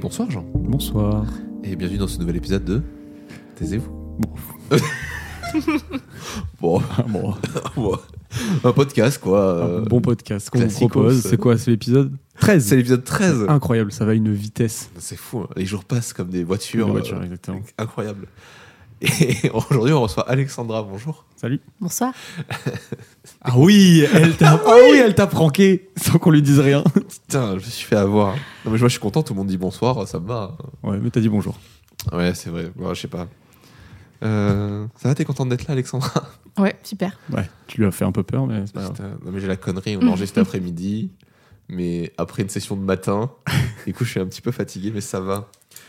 bonsoir Jean. Bonsoir. Et bienvenue dans ce nouvel épisode de Taisez-vous. Bon. Bon. Un podcast quoi. Un bon podcast qu'on vous classicos, propose. C'est quoi, c'est l'épisode 13? C'est l'épisode 13. Incroyable, ça va à une vitesse. C'est fou, hein. Les jours passent comme des voitures. Des voitures, exactement. Incroyable. Et aujourd'hui on reçoit Alexandra, bonjour. Salut. Bonsoir. Ah oui, elle t'a pranké sans qu'on lui dise rien. Putain, je me suis fait avoir. Non mais moi je suis content, tout le monde dit bonsoir, ça me va. Ouais, mais t'as dit bonjour. Ouais, c'est vrai, bon, je sais pas. Ça va, t'es contente d'être là Alexandra? Ouais, super. Ouais, tu lui as fait un peu peur, mais c'est pas grave. Putain, non mais j'ai la connerie, on enregistre cet après-midi, mais après une session de matin, du coup je suis un petit peu fatigué, mais ça va.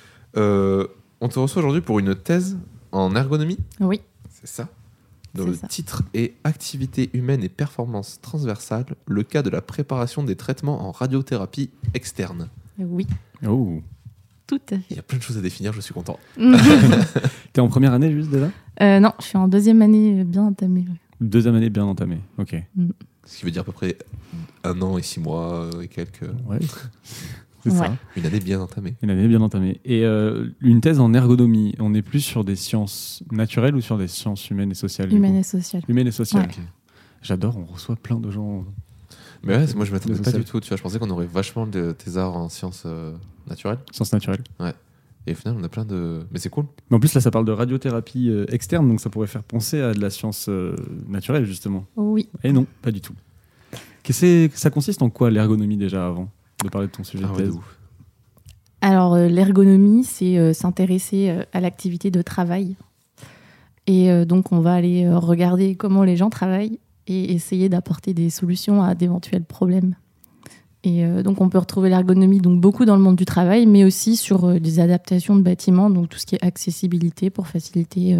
On te reçoit aujourd'hui pour une thèse en ergonomie, Oui. c'est ça? Dont C'est le ça. titre est Activité humaine et performance transversale, le cas de la préparation des traitements en radiothérapie externe. Oui. Oh. Tout à Il fait. y a plein de choses à définir, je suis content. T'es en première année juste déjà? Non, je suis en deuxième année bien entamée. Ouais. Deuxième année bien entamée. Ok. Ce qui veut dire à peu près 1 an et 6 mois et quelques... Ouais. C'est Ouais. ça. Une année bien entamée. Une année bien entamée. Et une thèse en ergonomie, on est plus sur des sciences naturelles ou sur des sciences humaines et sociales? du Humaine coup et sociale. Humaines et sociales. Ouais. Ok. J'adore, on reçoit plein de gens. Mais ouais, moi je m'attendais Les pas sociales. du tout, tu vois, je pensais qu'on aurait vachement de thésards en sciences naturelles. Sciences naturelles. Et au final, on a plein de... Mais c'est cool. Mais en plus, là, ça parle de radiothérapie externe, donc ça pourrait faire penser à de la science naturelle, justement. Oui. Et non, pas du tout. Ça consiste en quoi, l'ergonomie, déjà, avant de parler de ton sujet Ah de ouais, de thèse? ouf. Alors, l'ergonomie, c'est s'intéresser à l'activité de travail. Et donc, on va aller regarder comment les gens travaillent et essayer d'apporter des solutions à d'éventuels problèmes. Et donc, on peut retrouver l'ergonomie donc, beaucoup dans le monde du travail, mais aussi sur des adaptations de bâtiments, donc tout ce qui est accessibilité pour faciliter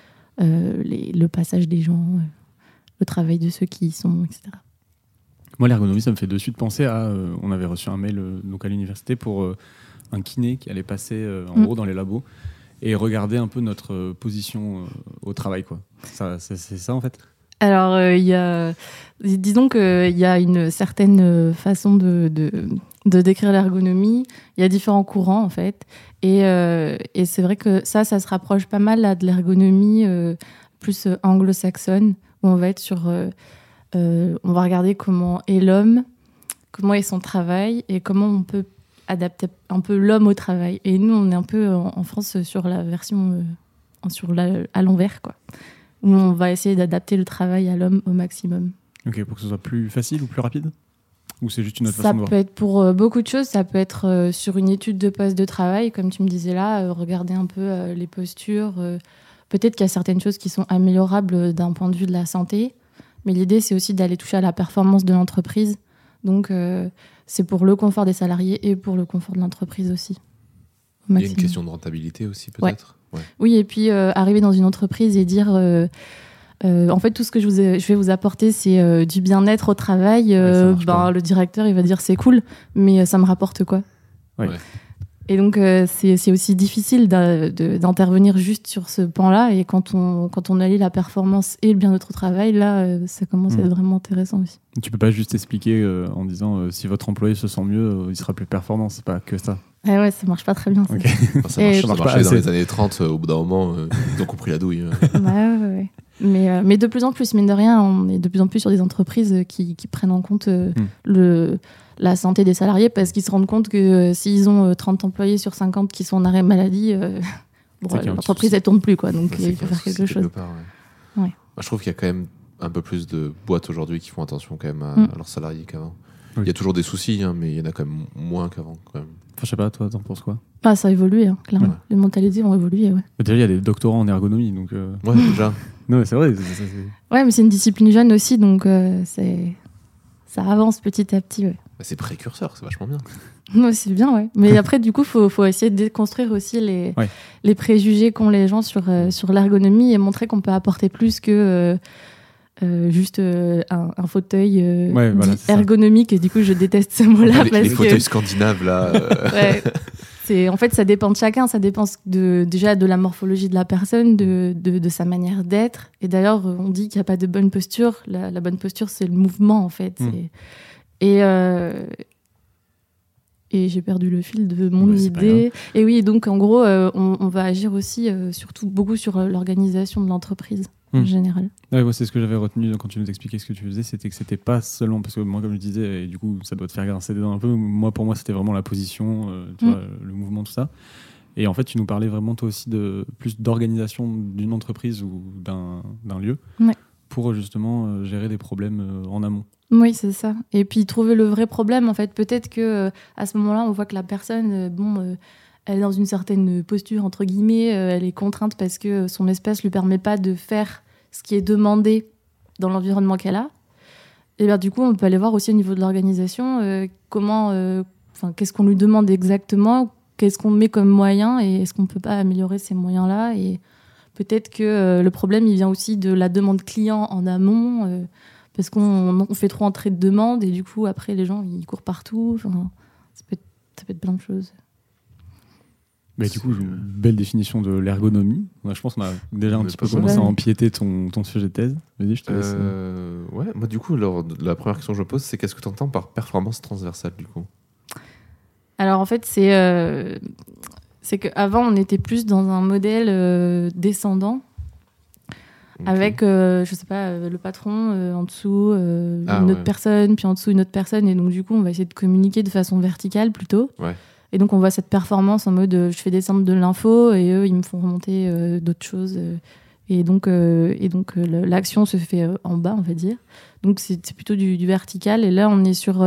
le passage des gens, le travail de ceux qui y sont, etc. Moi, l'ergonomie, ça me fait de suite penser à... on avait reçu un mail donc à l'université pour un kiné qui allait passer, en gros, dans les labos et regarder un peu notre position au travail, quoi. C'est ça, en fait? Alors, disons qu'il y a une certaine façon de décrire l'ergonomie. Il y a différents courants, en fait. Et c'est vrai que ça se rapproche pas mal là, de l'ergonomie plus anglo-saxonne, où on va être sur... on va regarder comment est l'homme, comment est son travail, et comment on peut adapter un peu l'homme au travail. Et nous, on est un peu en France sur la version à l'envers, quoi. Où on va essayer d'adapter le travail à l'homme au maximum. Ok, pour que ce soit plus facile ou plus rapide? Ou c'est juste une autre Ça façon de voir? peut être pour beaucoup de choses. Ça peut être sur une étude de poste de travail, comme tu me disais là, regarder un peu les postures. Peut-être qu'il y a certaines choses qui sont améliorables d'un point de vue de la santé. Mais l'idée, c'est aussi d'aller toucher à la performance de l'entreprise. Donc, c'est pour le confort des salariés et pour le confort de l'entreprise aussi. Il y a une question de rentabilité aussi, peut-être. Ouais. Oui, et puis arriver dans une entreprise et dire en fait tout ce que je vais vous apporter c'est du bien-être au travail, ça marche pas. le directeur il va dire c'est cool mais ça me rapporte quoi. Ouais. Et donc c'est aussi difficile d'intervenir juste sur ce pan-là, et quand on allie la performance et le bien-être au travail, là ça commence à être vraiment intéressant aussi. Tu peux pas juste expliquer en disant si votre employé se sent mieux, il sera plus performant. C'est pas que ça. Ah ouais, ça marche pas très bien ça. Ok. Enfin, ça Et- marchait marche pas dans assez. les années 30, au bout d'un moment, ils ont compris la douille. Ouais. Mais de plus en plus, mine de rien, on est de plus en plus sur des entreprises qui prennent en compte la santé des salariés, parce qu'ils se rendent compte que s'ils ont 30 employés sur 50 qui sont en arrêt maladie, C'est qu'il y a un l'entreprise souci. elle tourne plus, quoi. Donc C'est il faut faire quelque quelque chose. part, Ouais. Moi, je trouve qu'il y a quand même un peu plus de boîtes aujourd'hui qui font attention quand même à leurs salariés qu'avant. Oui. Il y a toujours des soucis, hein, mais il y en a quand même moins qu'avant. Quand même. Enfin, je sais pas, toi, t'en penses quoi? Ah, ça a évolué, hein, clairement. Ouais. Les mentalités ont évolué, ouais. Déjà, il y a des doctorants en ergonomie, donc... Ouais, déjà. Non, mais c'est vrai. Ouais, mais c'est une discipline jeune aussi, donc ça avance petit à petit, ouais. Bah, c'est précurseur, c'est vachement bien. Ouais, c'est bien, ouais. Mais après, du coup, faut essayer de déconstruire aussi les préjugés qu'ont les gens sur l'ergonomie, et montrer qu'on peut apporter plus que juste un fauteuil Ouais, voilà, dit c'est ça. ergonomique. Et du coup, je déteste ce mot-là. les parce fauteuils que scandinaves, là. ouais, en fait, ça dépend de chacun. Ça dépend déjà de la morphologie de la personne, de sa manière d'être. Et d'ailleurs, on dit qu'il n'y a pas de bonne posture. La bonne posture, c'est le mouvement, en fait. Et Et j'ai perdu le fil de mon Ouais, c'est pas idée. Et oui, donc en gros, on va agir aussi surtout beaucoup sur l'organisation de l'entreprise en général. Ouais, moi, c'est ce que j'avais retenu quand tu nous expliquais ce que tu faisais, c'était que c'était pas seulement, parce que moi, comme je disais, et du coup, ça doit te faire grincer des dents un peu, pour moi, c'était vraiment la position, tu vois, le mouvement, tout ça. Et en fait, tu nous parlais vraiment, toi aussi, plus d'organisation d'une entreprise ou d'un lieu pour justement gérer des problèmes en amont. Oui, c'est ça. Et puis trouver le vrai problème, en fait. Peut-être que à ce moment-là, on voit que la personne, elle est dans une certaine posture, entre guillemets, elle est contrainte parce que son espèce lui permet pas de faire ce qui est demandé dans l'environnement qu'elle a. Et bien, du coup, on peut aller voir aussi au niveau de l'organisation qu'est-ce qu'on lui demande exactement, qu'est-ce qu'on met comme moyen et est-ce qu'on peut pas améliorer ces moyens-là. Et peut-être que le problème, il vient aussi de la demande client en amont, parce qu'on fait trop entrer de demandes et du coup, après, les gens, ils courent partout. Enfin, ça peut être plein de choses. Mais du coup, une belle définition de l'ergonomie. Je pense qu'on a déjà un petit peu commencé à empiéter ton sujet de thèse. Vas-y, je te laisse. Ouais, moi du coup, la première question que je me pose, c'est qu'est-ce que tu entends par performance transversale du coup ? Alors en fait, c'est qu'avant, on était plus dans un modèle descendant, avec, je sais pas, le patron en dessous, une autre personne, puis en dessous une autre personne. Et donc du coup, on va essayer de communiquer de façon verticale plutôt. Ouais. Et donc, on voit cette performance en mode je fais descendre de l'info et eux, ils me font remonter d'autres choses. Et donc l'action se fait en bas, on va dire. Donc, c'est plutôt du vertical. Et là, on est sur,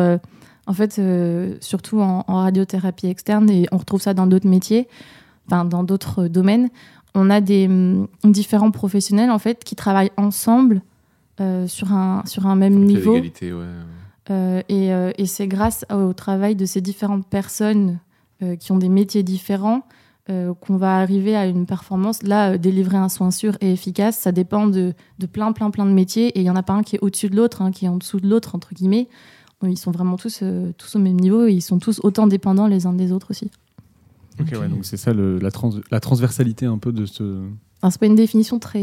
surtout en radiothérapie externe, et on retrouve ça dans d'autres métiers, enfin, dans d'autres domaines. On a des différents professionnels, en fait, qui travaillent ensemble sur un même niveau. L'égalité, ouais. Et c'est grâce au travail de ces différentes personnes qui ont des métiers différents, qu'on va arriver à une performance. Là, délivrer un soin sûr et efficace, ça dépend de plein de métiers, et il n'y en a pas un qui est au-dessus de l'autre, qui est en dessous de l'autre, entre guillemets. Ils sont vraiment tous au même niveau, et ils sont tous autant dépendants les uns des autres aussi. Ok, ouais, donc c'est ça la transversalité un peu de ce... Enfin, c'est pas une définition très...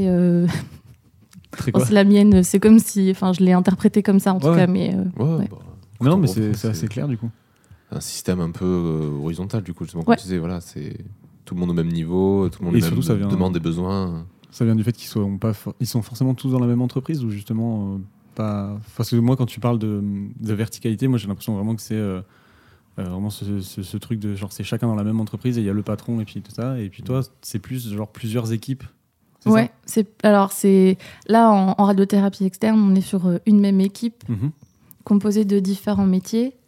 c'est la mienne, c'est comme si... Enfin, je l'ai interprété comme ça, en tout cas, mais... non, mais c'est assez clair, du coup. Un système un peu horizontal, du coup, justement, comme tu disais, voilà, c'est tout le monde au même niveau, tout le monde les mêmes demandes et besoins. Ça vient du fait qu'ils sont forcément tous dans la même entreprise, ou justement pas... Parce que moi, quand tu parles de verticalité, moi j'ai l'impression vraiment que c'est vraiment ce truc de genre c'est chacun dans la même entreprise et il y a le patron et puis tout ça, et puis toi c'est plus genre plusieurs équipes. Ouais, c'est là en radiothérapie externe, on est sur une même équipe composée de différents métiers.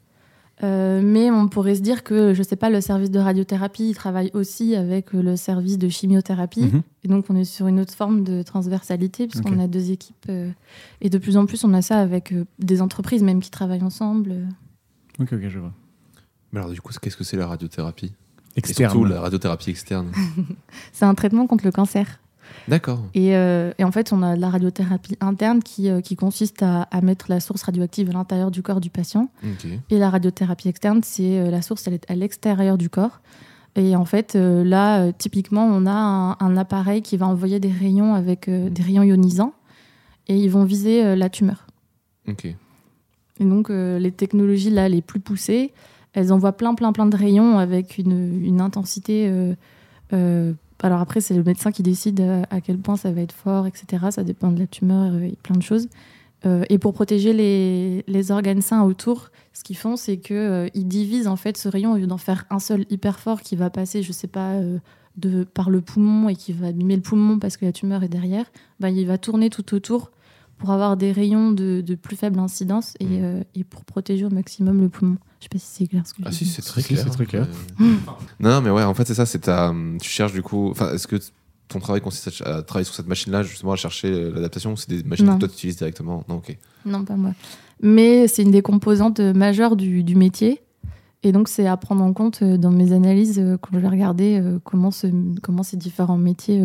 Mais on pourrait se dire que, je sais pas, le service de radiothérapie, il travaille aussi avec le service de chimiothérapie. Et donc, on est sur une autre forme de transversalité, puisqu'on a deux équipes. Et de plus en plus, on a ça avec des entreprises même qui travaillent ensemble. Ok, je vois. Mais alors, du coup, qu'est-ce que c'est la radiothérapie externe? Et surtout, la radiothérapie externe. C'est un traitement contre le cancer. D'accord. Et en fait, on a la radiothérapie interne qui consiste à mettre la source radioactive à l'intérieur du corps du patient. Et la radiothérapie externe, c'est la source, elle est à l'extérieur du corps. Et en fait, là, typiquement, on a un appareil qui va envoyer des rayons avec des rayons ionisants, et ils vont viser la tumeur. Et donc, les technologies là, les plus poussées, elles envoient plein de rayons avec une intensité... alors après, c'est le médecin qui décide à quel point ça va être fort, etc. Ça dépend de la tumeur et plein de choses. Et pour protéger les organes sains autour, ce qu'ils font, c'est qu'ils divisent en fait ce rayon au lieu d'en faire un seul hyper fort qui va passer, je sais pas, par le poumon et qui va abîmer le poumon parce que la tumeur est derrière. Il va tourner tout autour pour avoir des rayons de plus faible incidence et pour protéger au maximum le poumon. Je sais pas si c'est clair ce que je dis. Si, c'est très clair. C'est très clair. Non, mais ouais, en fait, c'est ça. Tu cherches du coup. Enfin, est-ce que ton travail consiste à travailler sur cette machine-là, justement, à chercher l'adaptation, ou c'est des machines que toi tu utilises directement? Non, ok. Non, pas moi. Mais c'est une des composantes majeures du métier. Et donc, c'est à prendre en compte dans mes analyses quand je vais regarder comment ces différents métiers.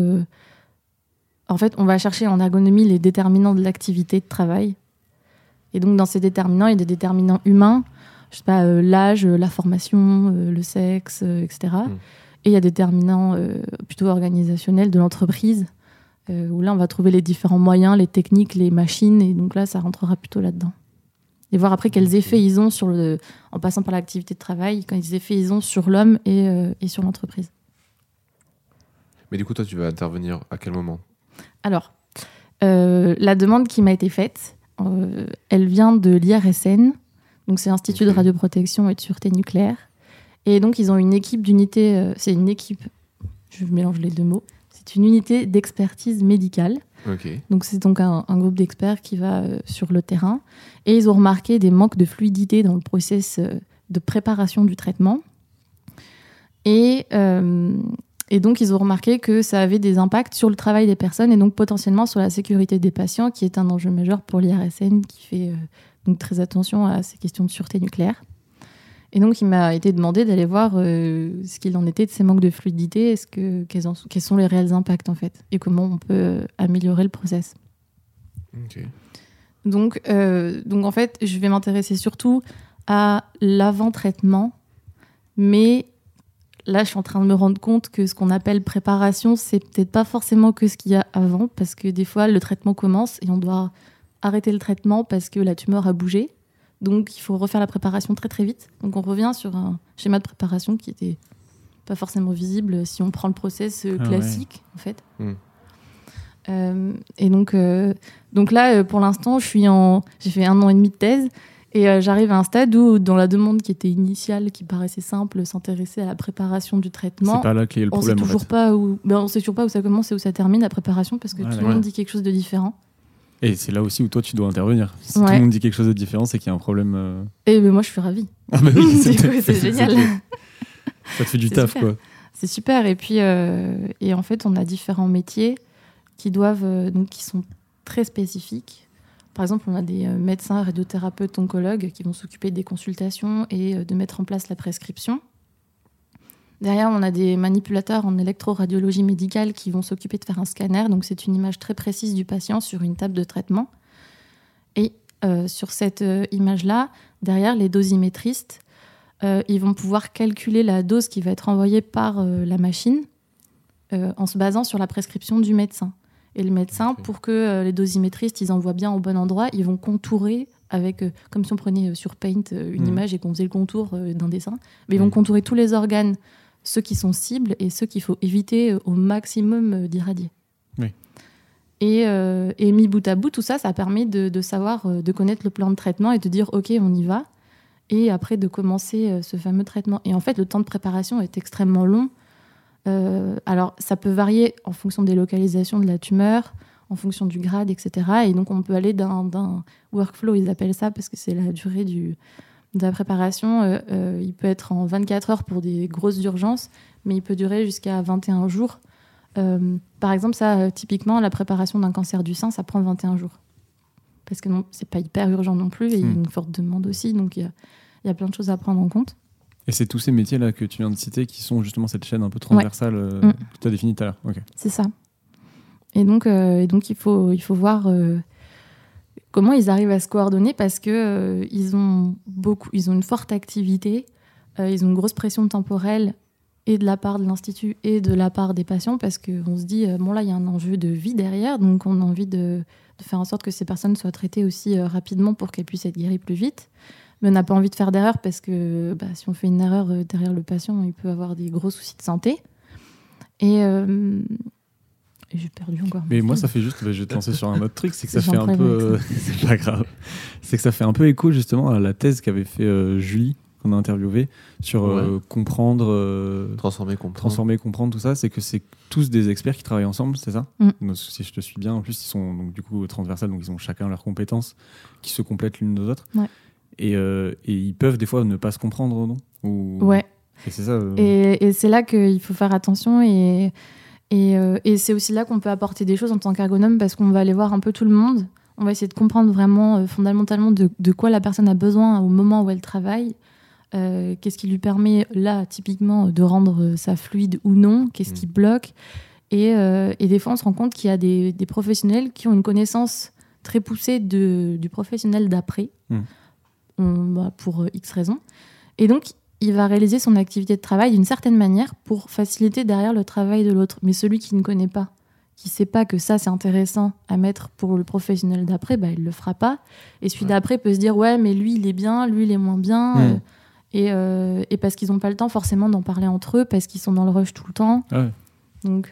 En fait, on va chercher en ergonomie les déterminants de l'activité de travail. Et donc, dans ces déterminants, il y a des déterminants humains. Je sais pas, l'âge, la formation, le sexe, etc. Et il y a des déterminants plutôt organisationnels de l'entreprise, où là, on va trouver les différents moyens, les techniques, les machines, et donc là, ça rentrera plutôt là-dedans. et voir après quels effets ils ont en passant par l'activité de travail, quels effets ils ont sur l'homme et sur l'entreprise. Mais du coup, toi, tu vas intervenir à quel moment ? Alors, la demande qui m'a été faite, elle vient de l'IRSN, donc c'est l'Institut de radioprotection et de sûreté nucléaire. Et donc, ils ont une équipe d'unité, c'est une équipe, je mélange les deux mots, c'est une unité d'expertise médicale. Donc, c'est donc un groupe d'experts qui va sur le terrain. Et ils ont remarqué des manques de fluidité dans le process de préparation du traitement. Et donc, ils ont remarqué que ça avait des impacts sur le travail des personnes et donc potentiellement sur la sécurité des patients, qui est un enjeu majeur pour l'IRSN, qui fait donc très attention à ces questions de sûreté nucléaire. Et donc, il m'a été demandé d'aller voir ce qu'il en était de ces manques de fluidité, quels sont les réels impacts, en fait, et comment on peut améliorer le process. Donc, en fait, je vais m'intéresser surtout à l'avant-traitement, mais là, je suis en train de me rendre compte que ce qu'on appelle préparation, c'est peut-être pas forcément que ce qu'il y a avant, parce que des fois, le traitement commence et on doit arrêter le traitement parce que la tumeur a bougé. Donc, il faut refaire la préparation très, très vite. Donc, on revient sur un schéma de préparation qui n'était pas forcément visible si on prend le process classique, en fait. Et donc là, pour l'instant, j'ai fait 1 an et demi de thèse et j'arrive à un stade où, dans la demande qui était initiale, qui paraissait simple, s'intéresser à la préparation du traitement, c'est pas là qu'il y a le problème. On sait toujours pas où ça commence et où ça termine, la préparation, parce que tout le monde dit quelque chose de différent. Et c'est là aussi où toi, tu dois intervenir. Si tout le monde dit quelque chose de différent, c'est qu'il y a un problème. Et moi, je suis ravie. Ah bah oui, c'est génial. Ça te fait du taf, super. quoi. C'est super. Et puis, en fait, on a différents métiers qui sont très spécifiques. Par exemple, on a des médecins, radiothérapeutes, oncologues qui vont s'occuper des consultations et de mettre en place la prescription. Derrière, on a des manipulateurs en électroradiologie médicale qui vont s'occuper de faire un scanner. Donc, c'est une image très précise du patient sur une table de traitement. Et sur cette image-là, derrière, les dosimétristes, ils vont pouvoir calculer la dose qui va être envoyée par la machine en se basant sur la prescription du médecin. Et le médecin, pour que les dosimétristes ils envoient bien au bon endroit, ils vont contourer avec, comme si on prenait sur Paint une image et qu'on faisait le contour d'un dessin. Mais ils vont contourer tous les organes, ceux qui sont cibles et ceux qu'il faut éviter au maximum d'irradier. Oui. Et mis bout à bout, tout ça, ça permet de savoir, de connaître le plan de traitement et de dire « Ok, on y va ». Et après, de commencer ce fameux traitement. Et en fait, le temps de préparation est extrêmement long. Alors, ça peut varier en fonction des localisations de la tumeur, en fonction du grade, etc. Et donc, on peut aller d'un workflow, ils appellent ça, parce que c'est la durée de la préparation. Il peut être en 24 heures pour des grosses urgences, mais il peut durer jusqu'à 21 jours. Par exemple, ça, typiquement, la préparation d'un cancer du sein, ça prend 21 jours. Parce que non, c'est pas hyper urgent non plus, et il y a une forte demande aussi, donc il y a plein de choses à prendre en compte. Et c'est tous ces métiers-là que tu viens de citer qui sont justement cette chaîne un peu transversale que tu as définie tout à l'heure. Okay. C'est ça. Et donc il faut voir comment ils arrivent à se coordonner, parce que ils ont une forte activité, ils ont une grosse pression temporelle, et de la part de l'Institut et de la part des patients, parce qu'on se dit, bon là, il y a un enjeu de vie derrière, donc on a envie de faire en sorte que ces personnes soient traitées aussi rapidement pour qu'elles puissent être guéries plus vite. Mais on n'a pas envie de faire d'erreur, parce que si on fait une erreur derrière le patient, il peut avoir des gros soucis de santé. Et j'ai perdu encore. Mais moi, ça fait juste... je vais te lancer sur un autre truc, c'est que ça fait un peu... c'est pas grave. C'est que ça fait un peu écho justement à la thèse qu'avait fait Julie, qu'on a interviewé, sur comprendre... Transformer, comprendre, tout ça. C'est que c'est tous des experts qui travaillent ensemble, c'est ça ? Donc, si je te suis bien, en plus, ils sont donc, du coup transversales, donc ils ont chacun leurs compétences qui se complètent l'une aux autres. Ouais. Et ils peuvent des fois ne pas se comprendre, non ? Ouais. Et c'est ça. Et c'est là qu'il faut faire attention, et c'est aussi là qu'on peut apporter des choses en tant qu'ergonome, parce qu'on va aller voir un peu tout le monde. On va essayer de comprendre vraiment fondamentalement de quoi la personne a besoin au moment où elle travaille. Qu'est-ce qui lui permet, là, typiquement, de rendre ça fluide ou non ? Qu'est-ce qui bloque ? Et des fois, on se rend compte qu'il y a des professionnels qui ont une connaissance très poussée du professionnel d'après, pour X raisons. Et donc, il va réaliser son activité de travail d'une certaine manière pour faciliter derrière le travail de l'autre. Mais celui qui ne connaît pas, qui sait pas que ça c'est intéressant à mettre pour le professionnel d'après, bah, il le fera pas. Et celui d'après peut se dire ouais mais lui il est bien, lui il est moins bien. Et parce qu'ils n'ont pas le temps forcément d'en parler entre eux, parce qu'ils sont dans le rush tout le temps. Ouais. Donc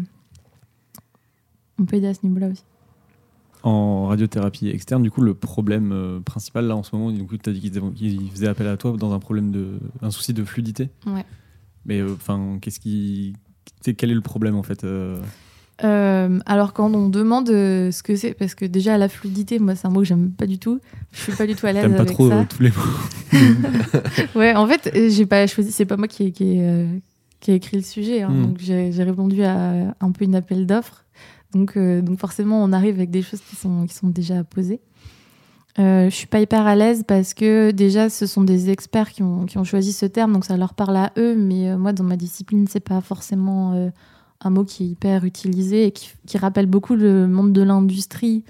on peut aider à ce niveau-là aussi. En radiothérapie externe, du coup, le problème principal là en ce moment, tu as dit qu'ils faisaient appel à toi dans un souci de fluidité. Ouais. Mais quel est le problème en fait Alors quand on demande ce que c'est, parce que déjà la fluidité, moi c'est un mot que j'aime pas du tout. Je suis pas du tout à l'aise avec ça. T'aimes pas trop tous les mots. Ouais, en fait, j'ai pas choisi. C'est pas moi qui ai écrit le sujet. Hein, donc j'ai répondu à un peu une appel d'offres. Donc forcément, on arrive avec des choses qui sont déjà posées. Je suis pas hyper à l'aise parce que déjà, ce sont des experts qui ont choisi ce terme, donc ça leur parle à eux. Mais moi, dans ma discipline, c'est pas forcément un mot qui est hyper utilisé et qui rappelle beaucoup le monde de l'industrie,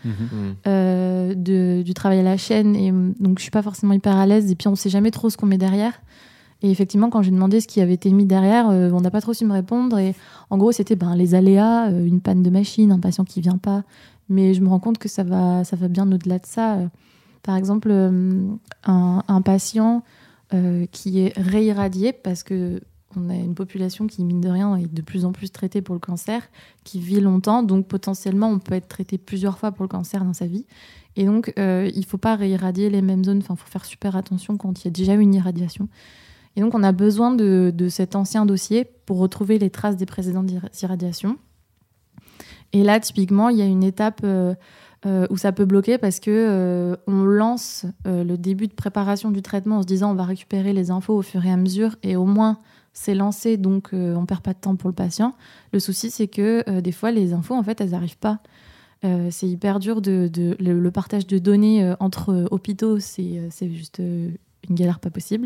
du travail à la chaîne. Et donc, je suis pas forcément hyper à l'aise. Et puis, on sait jamais trop ce qu'on met derrière. Et effectivement, quand j'ai demandé ce qui avait été mis derrière, on n'a pas trop su me répondre. Et en gros, c'était les aléas, une panne de machine, un patient qui vient pas. Mais je me rends compte que ça va bien au-delà de ça. Par exemple, un patient qui est réirradié parce que on a une population qui, mine de rien, est de plus en plus traitée pour le cancer, qui vit longtemps. Donc, potentiellement, on peut être traité plusieurs fois pour le cancer dans sa vie. Et donc, il ne faut pas réirradier les mêmes zones. Enfin, il faut faire super attention quand il y a déjà eu une irradiation. Et donc, on a besoin de cet ancien dossier pour retrouver les traces des précédentes irradiations. Et là, typiquement, il y a une étape où ça peut bloquer parce que on lance le début de préparation du traitement en se disant on va récupérer les infos au fur et à mesure et au moins c'est lancé, donc on perd pas de temps pour le patient. Le souci, c'est que des fois, les infos, en fait, elles n'arrivent pas. C'est hyper dur le partage de données entre hôpitaux, c'est juste une galère pas possible.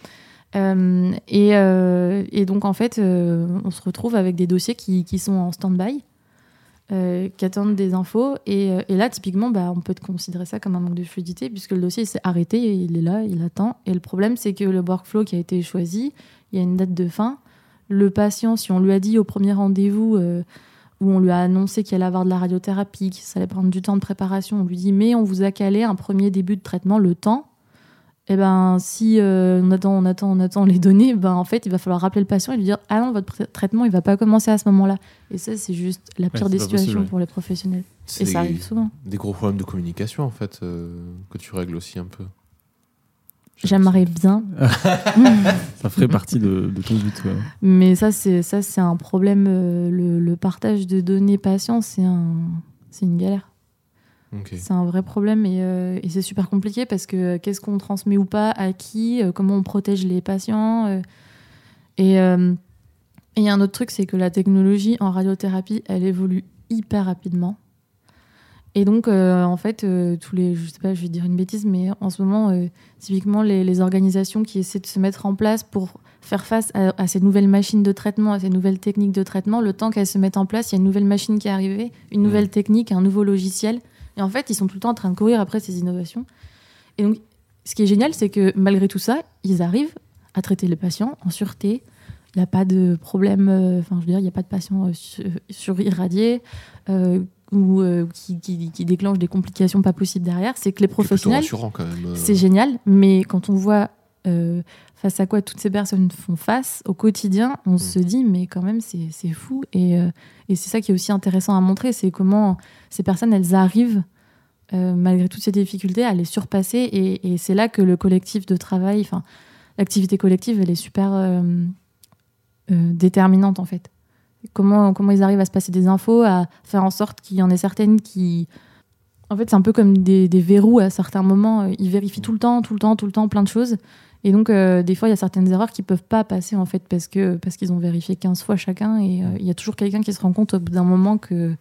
Et donc, en fait, on se retrouve avec des dossiers qui sont en stand-by, qui attendent des infos. Et là, typiquement, on peut considérer ça comme un manque de fluidité, puisque le dossier s'est arrêté, et il est là, il attend. Et le problème, c'est que le workflow qui a été choisi, il y a une date de fin. Le patient, si on lui a dit au premier rendez-vous, où on lui a annoncé qu'il allait avoir de la radiothérapie, que ça allait prendre du temps de préparation, on lui dit « mais on vous a calé un premier début de traitement, le temps ». Et si on attend les données, en fait, il va falloir rappeler le patient et lui dire « ah non, votre traitement, il va pas commencer à ce moment-là ». Et ça, c'est juste la pire des situations pour les professionnels. Et ça arrive souvent. Des gros problèmes de communication, en fait, que tu règles aussi un peu. J'aimerais bien. Ça ferait partie de ton but. Ouais. Mais ça, c'est un problème. Le partage de données patients, c'est une galère. Okay. C'est un vrai problème et c'est super compliqué parce que qu'est-ce qu'on transmet ou pas, à qui, comment on protège les patients. Et il y a un autre truc, c'est que la technologie en radiothérapie, elle évolue hyper rapidement. Et donc, en fait, je sais pas, je vais dire une bêtise, mais en ce moment, typiquement, les organisations qui essaient de se mettre en place pour faire face à ces nouvelles machines de traitement, à ces nouvelles techniques de traitement, le temps qu'elles se mettent en place, il y a une nouvelle machine qui est arrivée, une nouvelle technique, un nouveau logiciel. Et en fait, ils sont tout le temps en train de courir après ces innovations. Et donc, ce qui est génial, c'est que malgré tout ça, ils arrivent à traiter les patients en sûreté. Il n'y a pas de problème, il n'y a pas de patients surirradiés ou qui déclenchent des complications pas possibles derrière. C'est que les professionnels, c'est plutôt rassurant quand même. C'est génial, mais quand on voit face à quoi toutes ces personnes font face au quotidien, on se dit mais quand même c'est fou. Et c'est ça qui est aussi intéressant à montrer, c'est comment ces personnes, elles arrivent malgré toutes ces difficultés à les surpasser. Et c'est là que le collectif de travail, l'activité collective, elle est super déterminante en fait. Comment ils arrivent à se passer des infos, à faire en sorte qu'il y en ait certaines qui... En fait, c'est un peu comme des verrous à certains moments. Ils vérifient tout le temps, plein de choses. Et donc, des fois, il y a certaines erreurs qui ne peuvent pas passer, en fait, parce qu'ils ont vérifié 15 fois chacun. Et il y a toujours quelqu'un qui se rend compte au bout d'un moment qu'il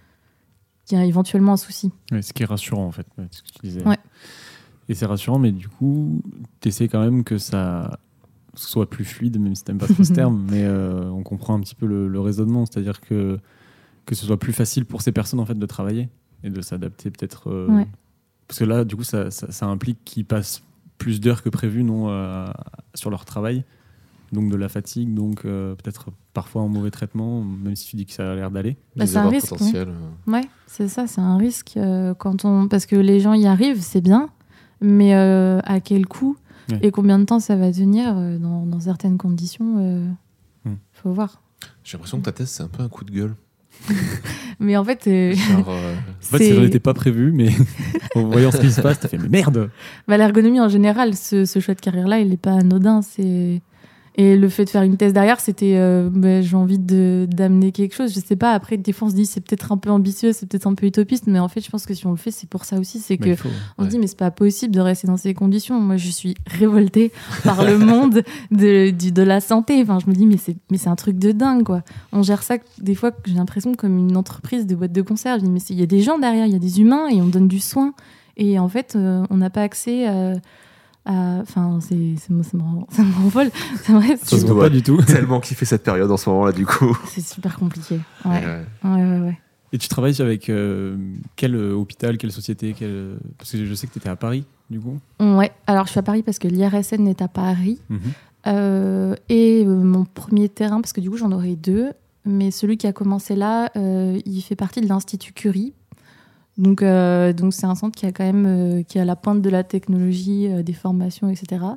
y a éventuellement un souci. Ouais, ce qui est rassurant, en fait, ce que tu disais. Ouais. Et c'est rassurant, mais du coup, tu essaies quand même que ça soit plus fluide, même si tu n'aimes pas trop ce terme, mais on comprend un petit peu le raisonnement. C'est-à-dire que ce soit plus facile pour ces personnes, en fait, de travailler et de s'adapter peut-être... Ouais. Parce que là, du coup, ça implique qu'ils passent plus d'heures que prévu sur leur travail. donc de la fatigue, donc peut-être parfois un mauvais traitement, même si tu dis que ça a l'air d'aller. Bah, Des c'est un erreurs risque, potentielles. Ouais, c'est ça, c'est un risque parce que les gens y arrivent, c'est bien, mais à quel coût et combien de temps ça va tenir dans certaines conditions, faut voir. J'ai l'impression que ta thèse, c'est un peu un coup de gueule. Mais en fait, Genre, En fait, ça n'était pas prévu, mais en voyant ce qui se passe, t'as fait mais merde. Bah, l'ergonomie en général, ce choix de carrière-là, il n'est pas anodin. Et le fait de faire une thèse derrière, c'était j'ai envie d'amener quelque chose. Je sais pas, après, des fois, on se dit c'est peut-être un peu ambitieux, c'est peut-être un peu utopiste, mais en fait, je pense que si on le fait, c'est pour ça aussi. C'est que on se dit, mais c'est pas possible de rester dans ces conditions. Moi, je suis révoltée par le monde de la santé. Enfin, je me dis, mais c'est un truc de dingue, quoi. On gère ça, des fois, j'ai l'impression comme une entreprise de boîte de conserve. Je me dis, mais il y a des gens derrière, il y a des humains, et on donne du soin. Et en fait, on n'a pas accès enfin, ça me rend folle. C'est vrai. Ça se voit pas du tout. Tellement kiffé cette période en ce moment-là, du coup. C'est super compliqué. Ouais. Et tu travailles avec quel hôpital, quelle société Parce que je sais que tu étais à Paris, du coup. Ouais, alors je suis à Paris parce que l'IRSN est à Paris. Et mon premier terrain, parce que du coup j'en aurais 2, mais celui qui a commencé là, il fait partie de l'Institut Curie. Donc c'est un centre qui a quand même qui est à la pointe de la technologie, des formations, etc.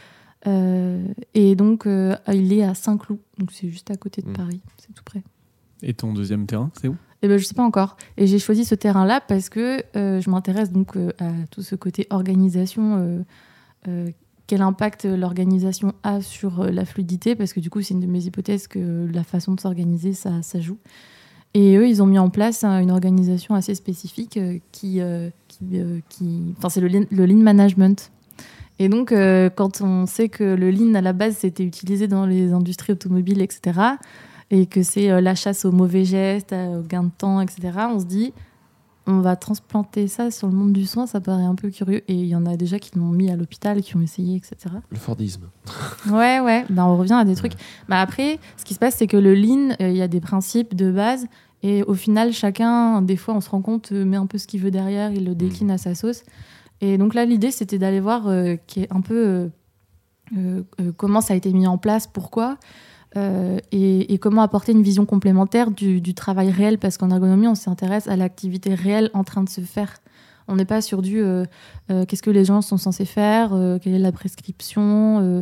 Et donc il est à Saint-Cloud, donc c'est juste à côté de Paris, c'est tout près. Et ton deuxième terrain, c'est où ? Eh ben, je sais pas encore. Et j'ai choisi ce terrain-là parce que je m'intéresse donc à tout ce côté organisation. Quel impact l'organisation a sur la fluidité, parce que du coup c'est une de mes hypothèses que la façon de s'organiser ça joue. Et eux, ils ont mis en place une organisation assez spécifique enfin, c'est le lean management. Et donc, quand on sait que le lean, à la base, c'était utilisé dans les industries automobiles, etc., et que c'est la chasse aux mauvais gestes, au gain de temps, etc., on se dit, on va transplanter ça sur le monde du soin, ça paraît un peu curieux. Et il y en a déjà qui l'ont mis à l'hôpital, qui ont essayé, etc. Le Fordisme. Ouais. Ben, on revient à des trucs. Bah, après, ce qui se passe, c'est que le lean, il y a des principes de base. Et au final, chacun, des fois, on se rend compte, met un peu ce qu'il veut derrière, il le décline à sa sauce. Et donc là, l'idée, c'était d'aller voir qui est un peu comment ça a été mis en place, pourquoi, et comment apporter une vision complémentaire du travail réel, parce qu'en ergonomie, on s'intéresse à l'activité réelle en train de se faire. On n'est pas sur du qu'est-ce que les gens sont censés faire, quelle est la prescription.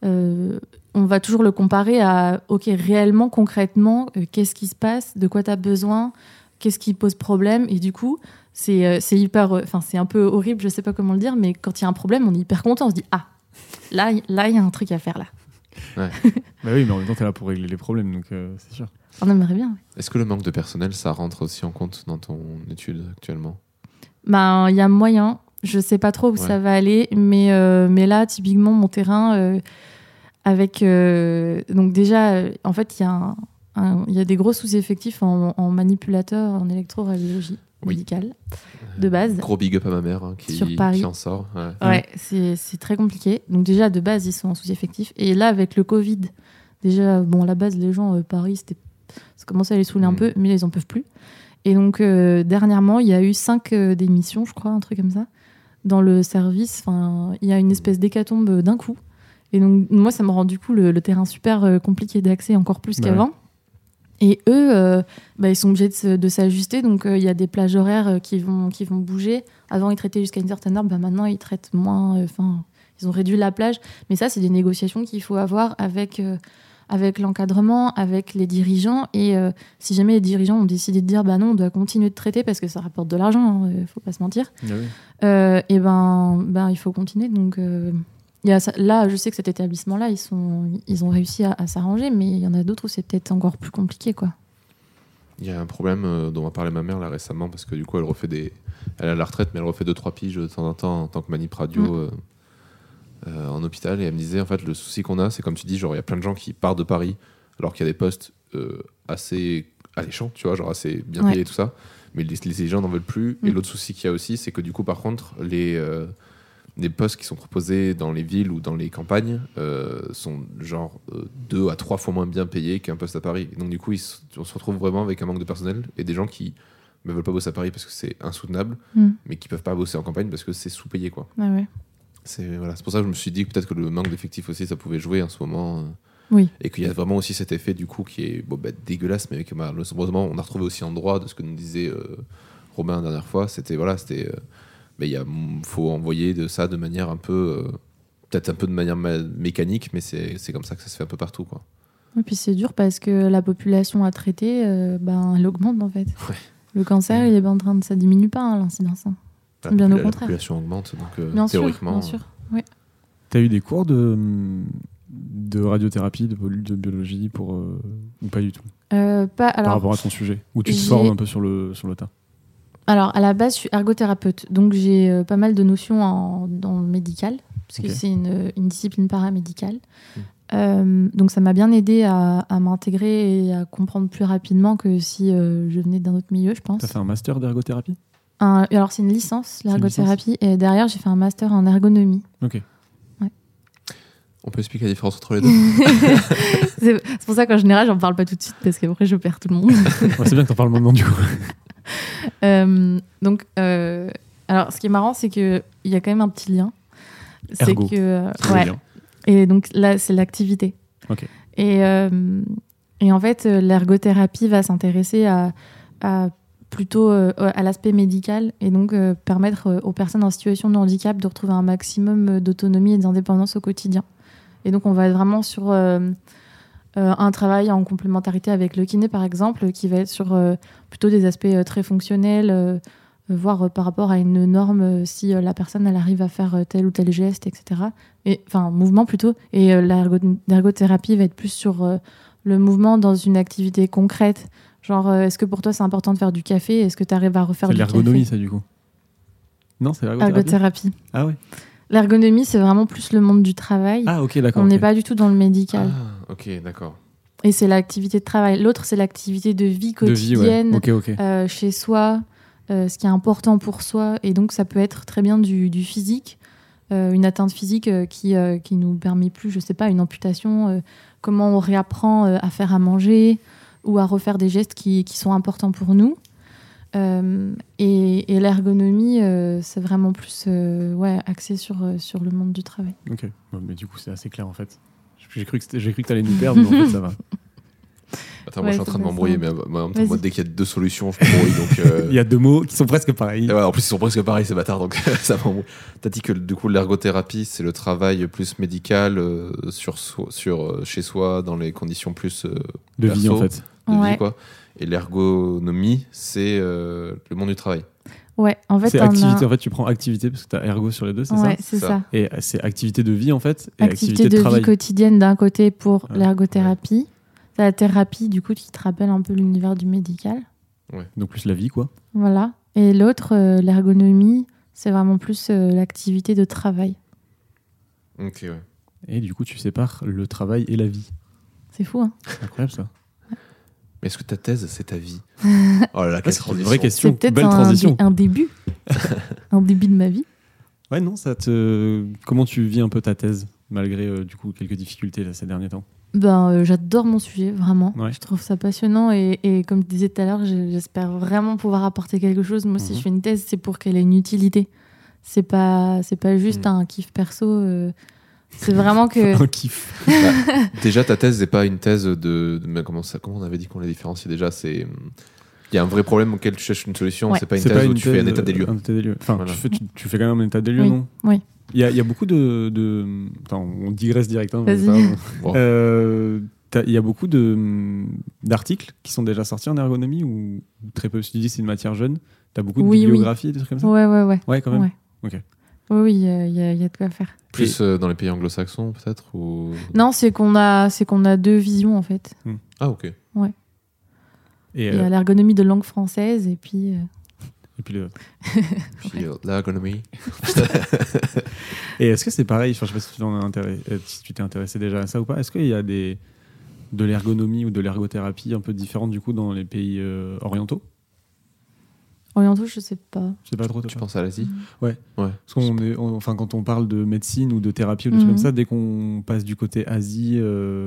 On va toujours le comparer à OK, réellement, concrètement, qu'est-ce qui se passe, de quoi tu as besoin, qu'est-ce qui pose problème. Et du coup, c'est hyper. C'est un peu horrible, je sais pas comment le dire, mais quand il y a un problème, on est hyper content. On se dit là, il y a un truc à faire là. Ouais. Bah oui, mais en même temps, t'es là pour régler les problèmes, donc c'est sûr. On aimerait bien. Est-ce que le manque de personnel, ça rentre aussi en compte dans ton étude actuellement ? Ben, il y a moyen. Je sais pas trop où ça va aller, mais là, typiquement, mon terrain, avec donc déjà, en fait, il y a des gros sous-effectifs en manipulateur, en électroradiologie médicale de base. Gros big up à ma mère qui en sort. Ouais, c'est très compliqué. Donc déjà, de base, ils sont en sous-effectif. Et là, avec le Covid, déjà, bon, à la base, les gens, Paris, ça commençait à les saouler un peu, mais ils en peuvent plus. Et donc, dernièrement, il y a eu 5 démissions, je crois, un truc comme ça, dans le service. Enfin, il y a une espèce d'hécatombe d'un coup. Et donc, moi, ça me rend du coup le terrain super compliqué d'accès, encore plus qu'avant. Et eux, ils sont obligés de s'ajuster. Donc, il y a des plages horaires qui vont bouger. Avant, ils traitaient jusqu'à une certaine heure. Maintenant, ils traitent moins. Ils ont réduit la plage. Mais ça, c'est des négociations qu'il faut avoir avec l'encadrement, avec les dirigeants. Et si jamais les dirigeants ont décidé de dire non, on doit continuer de traiter parce que ça rapporte de l'argent, il ne faut pas se mentir, et il faut continuer. Donc, là, je sais que cet établissement-là, ils ont réussi à s'arranger, mais il y en a d'autres où c'est peut-être encore plus compliqué, quoi. Il y a un problème dont m'a parlé ma mère là récemment, parce que du coup, elle est à la retraite, mais elle refait 2-3 piges de temps en temps en tant que manip radio en hôpital. Et elle me disait, en fait, le souci qu'on a, c'est comme tu dis, genre, il y a plein de gens qui partent de Paris, alors qu'il y a des postes assez alléchants, tu vois, genre assez bien payés et tout ça, mais les gens n'en veulent plus. Et l'autre souci qu'il y a aussi, c'est que du coup, par contre, les postes qui sont proposés dans les villes ou dans les campagnes sont genre 2 à 3 fois moins bien payés qu'un poste à Paris. Et donc du coup, on se retrouve vraiment avec un manque de personnel et des gens qui ne veulent pas bosser à Paris parce que c'est insoutenable, mais qui peuvent pas bosser en campagne parce que c'est sous-payé, quoi. Ouais. C'est pour ça que je me suis dit que peut-être que le manque d'effectifs aussi, ça pouvait jouer en ce moment. Oui. Et qu'il y a vraiment aussi cet effet du coup qui est dégueulasse, mais que malheureusement on a retrouvé aussi en droit de ce que nous disait Robin la dernière fois. Faut envoyer de ça de manière un peu, peut-être un peu de manière mécanique, mais c'est comme ça que ça se fait un peu partout, quoi. Et puis c'est dur parce que la population à traiter, elle augmente en fait. Ouais. Le cancer, il est en train de, ça diminue pas l'incidence. Bien au contraire. La population augmente, donc Bien théoriquement. sûr. Oui. T'as eu des cours de radiothérapie, de biologie ou pas du tout par rapport à ton sujet, ou tu te formes un peu sur le tas? Alors à la base, je suis ergothérapeute, donc j'ai pas mal de notions dans le médical, parce que c'est une discipline paramédicale. Donc ça m'a bien aidé à m'intégrer et à comprendre plus rapidement que si je venais d'un autre milieu, je pense. T'as fait un master d'ergothérapie? Alors c'est une licence, l'ergothérapie, et derrière j'ai fait un master en ergonomie. Ok. Ouais. On peut expliquer la différence entre les deux? C'est pour ça qu'en général j'en parle pas tout de suite parce qu'après je perds tout le monde. C'est bien que t'en parles maintenant du coup. Alors ce qui est marrant c'est qu'il y a quand même un petit lien. Ergo. C'est que et donc là c'est l'activité. Ok. Et en fait l'ergothérapie va s'intéresser à plutôt à l'aspect médical et donc permettre aux personnes en situation de handicap de retrouver un maximum d'autonomie et d'indépendance au quotidien. Et donc on va être vraiment sur un travail en complémentarité avec le kiné par exemple, qui va être sur plutôt des aspects très fonctionnels, voire par rapport à une norme, si la personne elle arrive à faire tel ou tel geste, etc. Enfin mouvement plutôt. Et l'ergothérapie va être plus sur le mouvement dans une activité concrète. Genre, est-ce que pour toi c'est important de faire du café? Est-ce que tu arrives à refaire du café? C'est l'ergonomie, ça, du coup? Non, c'est l'ergothérapie. Ah ouais. L'ergonomie, c'est vraiment plus le monde du travail. Ah ok, d'accord. On n'est pas du tout dans le médical. Ah, ok, d'accord. Et c'est l'activité de travail. L'autre, c'est l'activité de vie quotidienne, ouais. chez soi, ce qui est important pour soi. Et donc, ça peut être très bien du physique, une atteinte physique qui nous permet plus, je sais pas, une amputation, comment on réapprend à faire à manger ou à refaire des gestes qui sont importants pour nous. Et l'ergonomie, c'est vraiment plus axé sur le monde du travail. Ok, mais du coup, c'est assez clair en fait. J'ai cru que tu allais nous perdre, mais en fait, ça va. Attends, moi je suis en train de m'embrouiller, mais moi, dès qu'il y a deux solutions, je m'embrouille. Donc, il y a deux mots qui sont presque pareils. En plus, ils sont presque pareils, ces bâtards, donc ça m'embrouille. T'as dit que du coup, l'ergothérapie, c'est le travail plus médical chez soi, dans les conditions plus de vie, en fait. De vie, quoi. Et l'ergonomie, c'est le monde du travail. Ouais, en fait, c'est activité. En fait, tu prends activité parce que tu as ergo sur les deux, c'est ça? Ouais, c'est ça. Et c'est activité de vie, en fait, et activité de vie quotidienne d'un côté pour l'ergothérapie. C'est la thérapie, du coup, qui te rappelle un peu l'univers du médical. Ouais. Donc plus la vie, quoi. Voilà. Et l'autre, l'ergonomie, c'est vraiment plus l'activité de travail. Ok, ouais. Et du coup, tu sépares le travail et la vie. C'est fou, hein? C'est incroyable, ça. Mais est-ce que ta thèse, c'est ta vie? Oh là là, quelle transition. Une vraie question. C'est peut-être belle transition. un début. Un début de ma vie. Ouais, non, comment tu vis un peu ta thèse, malgré du coup quelques difficultés là, ces derniers temps? J'adore mon sujet, vraiment. Ouais. Je trouve ça passionnant et comme je disais tout à l'heure, j'espère vraiment pouvoir apporter quelque chose. Moi, si je fais une thèse, c'est pour qu'elle ait une utilité. C'est pas juste un kiff perso. C'est vraiment que... un kiff. Déjà, ta thèse n'est pas une thèse comment on avait dit qu'on les différenciait déjà? Il y a un vrai problème auquel tu cherches une solution. Ouais. C'est pas une thèse où tu fais un état des lieux. Enfin, voilà. tu fais quand même un état des lieux, non? Oui. Il y a beaucoup de... Attends, on digresse directement. Vas-y. Bon. Il y a beaucoup d'articles qui sont déjà sortis en ergonomie ou très peu. Si tu dis c'est une matière jeune, tu as beaucoup de bibliographies, des trucs comme ça? Ouais. Ouais, quand même. Ouais. Ok. Oui, il y a de quoi faire. Plus dans les pays anglo-saxons, peut-être ou... Non, c'est qu'on a deux visions, en fait. Ah, ok. Ouais. Et il y a l'ergonomie de langue française, et puis... Et puis l'ergonomie. Et est-ce que c'est pareil? Enfin, je ne sais pas si tu t'es intéressé déjà à ça ou pas. Est-ce qu'il y a de l'ergonomie ou de l'ergothérapie un peu différente du coup dans les pays orientaux? Orientaux, je sais pas. Je sais pas trop. Tu penses à l'Asie? Ouais. Parce quand on parle de médecine ou de thérapie ou de trucs comme ça, dès qu'on passe du côté Asie,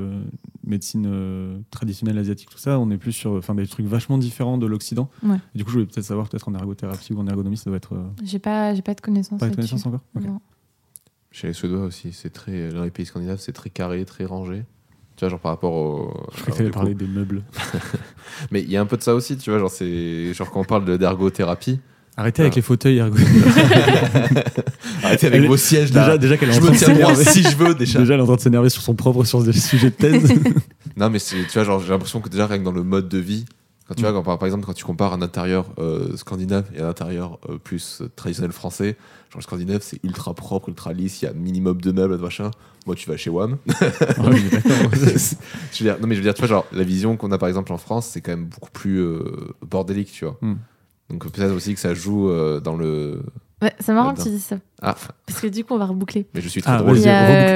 médecine traditionnelle asiatique, tout ça, on est plus sur des trucs vachement différents de l'Occident. Ouais. Du coup, je voulais peut-être savoir, en ergothérapie ou en ergonomie, ça doit être... J'ai pas de connaissances. Pas de connaissances encore? Okay. Non. Chez les Suédois aussi, c'est très, dans les pays scandinaves, c'est très carré, très rangé. Tu vois, genre par rapport au. Je crois que tu allais parler des meubles. Mais il y a un peu de ça aussi, tu vois, genre, c'est, genre quand on parle d'ergothérapie. Arrêtez avec les fauteuils Arrêtez avec vos sièges là. Déjà qu'elle est en Je train me de tiens droit s'énerver. si je veux déjà. Déjà, elle est en train de s'énerver sur son propre sujet de thèse. Non, mais c'est, tu vois, genre, j'ai l'impression que déjà, rien que dans le mode de vie, quand tu vois, quand, par exemple, quand tu compares un intérieur scandinave et un intérieur plus traditionnel français, genre le scandinave, c'est ultra propre, ultra lisse, il y a minimum de meubles, machin. Moi, tu vas chez WAM. Oui, d'accord. Je veux dire, non, mais je veux dire, tu vois, genre, la vision qu'on a par exemple en France, c'est quand même beaucoup plus bordélique, tu vois. Donc peut-être aussi que ça joue dans le. Ouais, c'est marrant que là-dedans. tu dises ça. Ah, Parce que du coup, on va reboucler. mais je suis très Ah, drôle. vas-y. Il y a-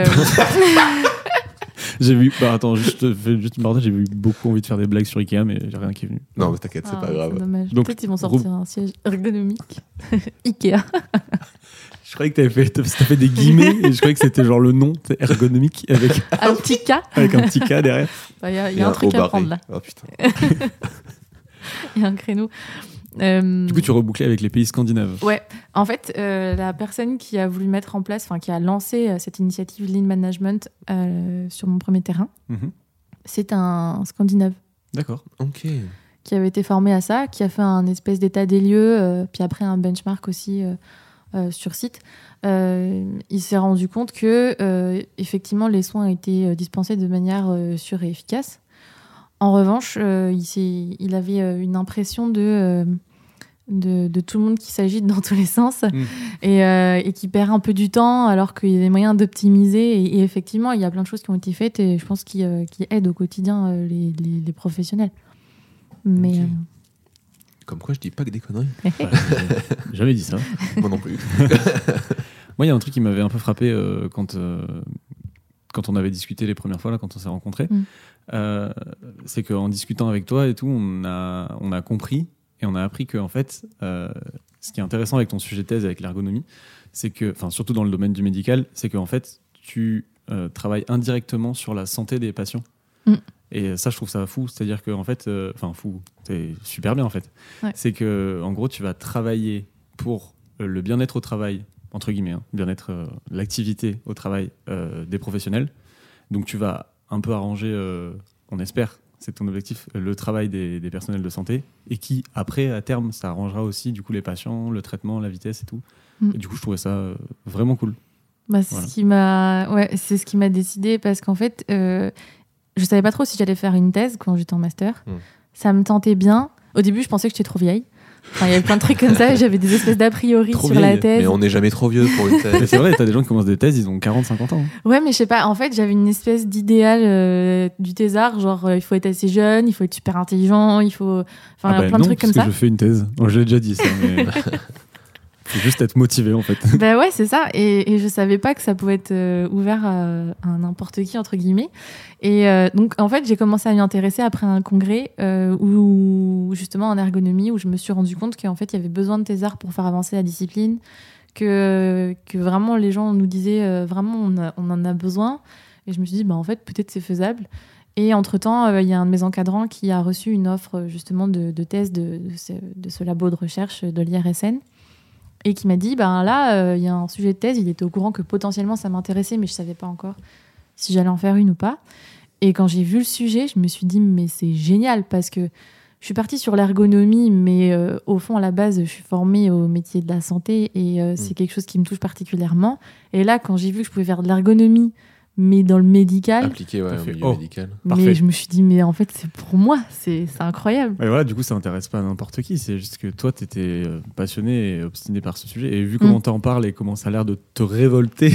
J'ai vu. Bah, attends, je te fais juste une parenthèse. J'ai eu beaucoup envie de faire des blagues sur Ikea, mais j'ai rien qui est venu. Non, mais t'inquiète, c'est Ah, pas grave. C'est dommage. Donc, Peut-être qu'ils vont sortir un siège ergonomique. Ikea. Je croyais que t'as fait des guillemets et je croyais que c'était genre le nom ergonomique avec Un petit cas. un petit K derrière. Il y a Et un truc haut à barré. prendre là. Oh putain. Il y a un créneau. Du coup, tu rebouclais avec les pays scandinaves. Ouais, en fait, la personne qui a voulu mettre en place, enfin qui a lancé cette initiative Lean Management sur mon premier terrain, Mhm. c'est un Scandinave D'accord. Ok. qui avait été formé à ça, qui a fait un espèce d'état des lieux, puis après un benchmark aussi sur site. Il s'est rendu compte que effectivement les soins étaient dispensés de manière sûre et efficace. En revanche, il avait une impression de tout le monde qui s'agite dans tous les sens et qui perd un peu du temps alors qu'il y a des moyens d'optimiser. Et effectivement, il y a plein de choses qui ont été faites et je pense qui aident au quotidien les professionnels. Mais Ok. Comme quoi, je dis pas que des conneries. J'ai jamais dit ça. Moi non plus. Moi, il y a un truc qui m'avait un peu frappé quand on avait discuté les premières fois, là, quand on s'est rencontrés. C'est qu'en discutant avec toi et tout, on a compris et on a appris que, en fait, ce qui est intéressant avec ton sujet de thèse, avec l'ergonomie, c'est que, enfin, surtout dans le domaine du médical, c'est qu'en fait, tu travailles indirectement sur la santé des patients. Et ça, je trouve ça fou. C'est-à-dire que, en fait, fou, c'est super bien, en fait. Ouais. C'est que, en gros, tu vas travailler pour le bien-être au travail, entre guillemets, hein, bien-être, l'activité au travail des professionnels. Donc, tu vas un peu arranger, on espère, c'est ton objectif, le travail des personnels de santé, et qui, après, à terme, ça arrangera aussi, du coup, les patients, le traitement, la vitesse et tout. Et du coup, je trouvais ça vraiment cool. Bah, c'est Voilà. c'est ce qui m'a décidé parce qu'en fait, je savais pas trop si j'allais faire une thèse quand j'étais en master. Ça me tentait bien. Au début, je pensais que j'étais trop vieille. Enfin, il y avait plein de trucs comme ça. J'avais des espèces d'a priori Trop sur la vieille. thèse. Mais on n'est jamais trop vieux pour une Mais thèse. c'est vrai, t'as des gens qui commencent des thèses, ils ont 40-50 ans. Ouais, mais je sais pas. En fait, j'avais une espèce d'idéal du thésard. Genre, il faut être assez jeune, il faut être super intelligent, il faut. Enfin, plein de trucs comme parce ça. que je fais une thèse. Bon, je l'ai déjà dit ça, mais faut juste être motivé en fait. Bah ouais, c'est ça. Et je savais pas que ça pouvait être ouvert à n'importe qui, entre guillemets. Et donc, en fait, j'ai commencé à m'y intéresser après un congrès où, justement, en ergonomie, où je me suis rendu compte qu'en fait, il y avait besoin de thésards pour faire avancer la discipline, que vraiment, les gens nous disaient vraiment, on en a besoin. Et je me suis dit, bah, en fait, peut-être c'est faisable. Et entre-temps, il y a un de mes encadrants qui a reçu une offre, justement, de thèse de ce labo de recherche de l'IRSN. Et qui m'a dit, ben là, il y a un sujet de thèse, il était au courant que potentiellement ça m'intéressait, mais je savais pas encore si j'allais en faire une ou pas. Et quand j'ai vu le sujet, je me suis dit, mais c'est génial, parce que je suis partie sur l'ergonomie, mais au fond, à la base, je suis formée au métier de la santé, et c'est quelque chose qui me touche particulièrement. Et là, quand j'ai vu que je pouvais faire de l'ergonomie, mais dans le médical, Appliqué au fait, milieu oh. médical. Parfait. mais je me suis dit, mais en fait, c'est pour moi, c'est incroyable. Et voilà, du coup, ça intéresse pas n'importe qui. C'est juste que toi, t'étais passionné et obstiné par ce sujet. Et vu comment t'en parles et comment ça a l'air de te révolter,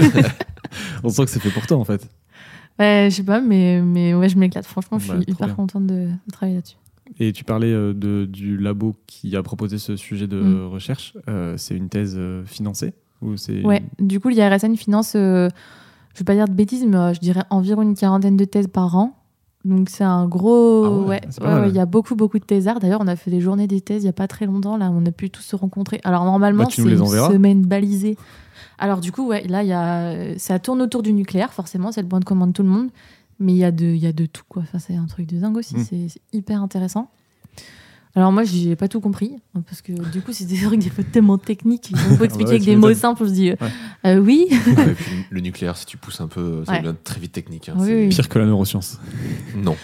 on sent que c'est fait pour toi, en fait. Je sais pas, mais ouais, je m'éclate. Franchement, je Bah, suis trop hyper bien. contente de travailler là-dessus. Et tu parlais du labo qui a proposé ce sujet de recherche. C'est une thèse financée ou c'est... Ouais, du coup, l'IRSN finance, je vais pas dire de bêtises, mais je dirais environ une 40aine de thèses par an. Donc c'est un gros... Ah ouais, c'est pas mal. ouais, il y a beaucoup de thésards. D'ailleurs, on a fait des journées des thèses il y a pas très longtemps. Là, on a pu tous se rencontrer. Alors normalement, Bah, tu c'est nous les une enverras. semaine balisée. Alors du coup, ouais, là, ça tourne autour du nucléaire, forcément, c'est le point de commande de tout le monde. Mais il y a de tout, quoi. Enfin, c'est un truc de dingue aussi. C'est hyper intéressant. Alors moi, j'ai pas tout compris, parce que du coup, c'est des trucs des fois tellement techniques, il faut expliquer avec des mots simples, on se dit oui. Et puis, le nucléaire, si tu pousses un peu, ça devient très vite technique. Hein, oui. Pire que la neuroscience. Non.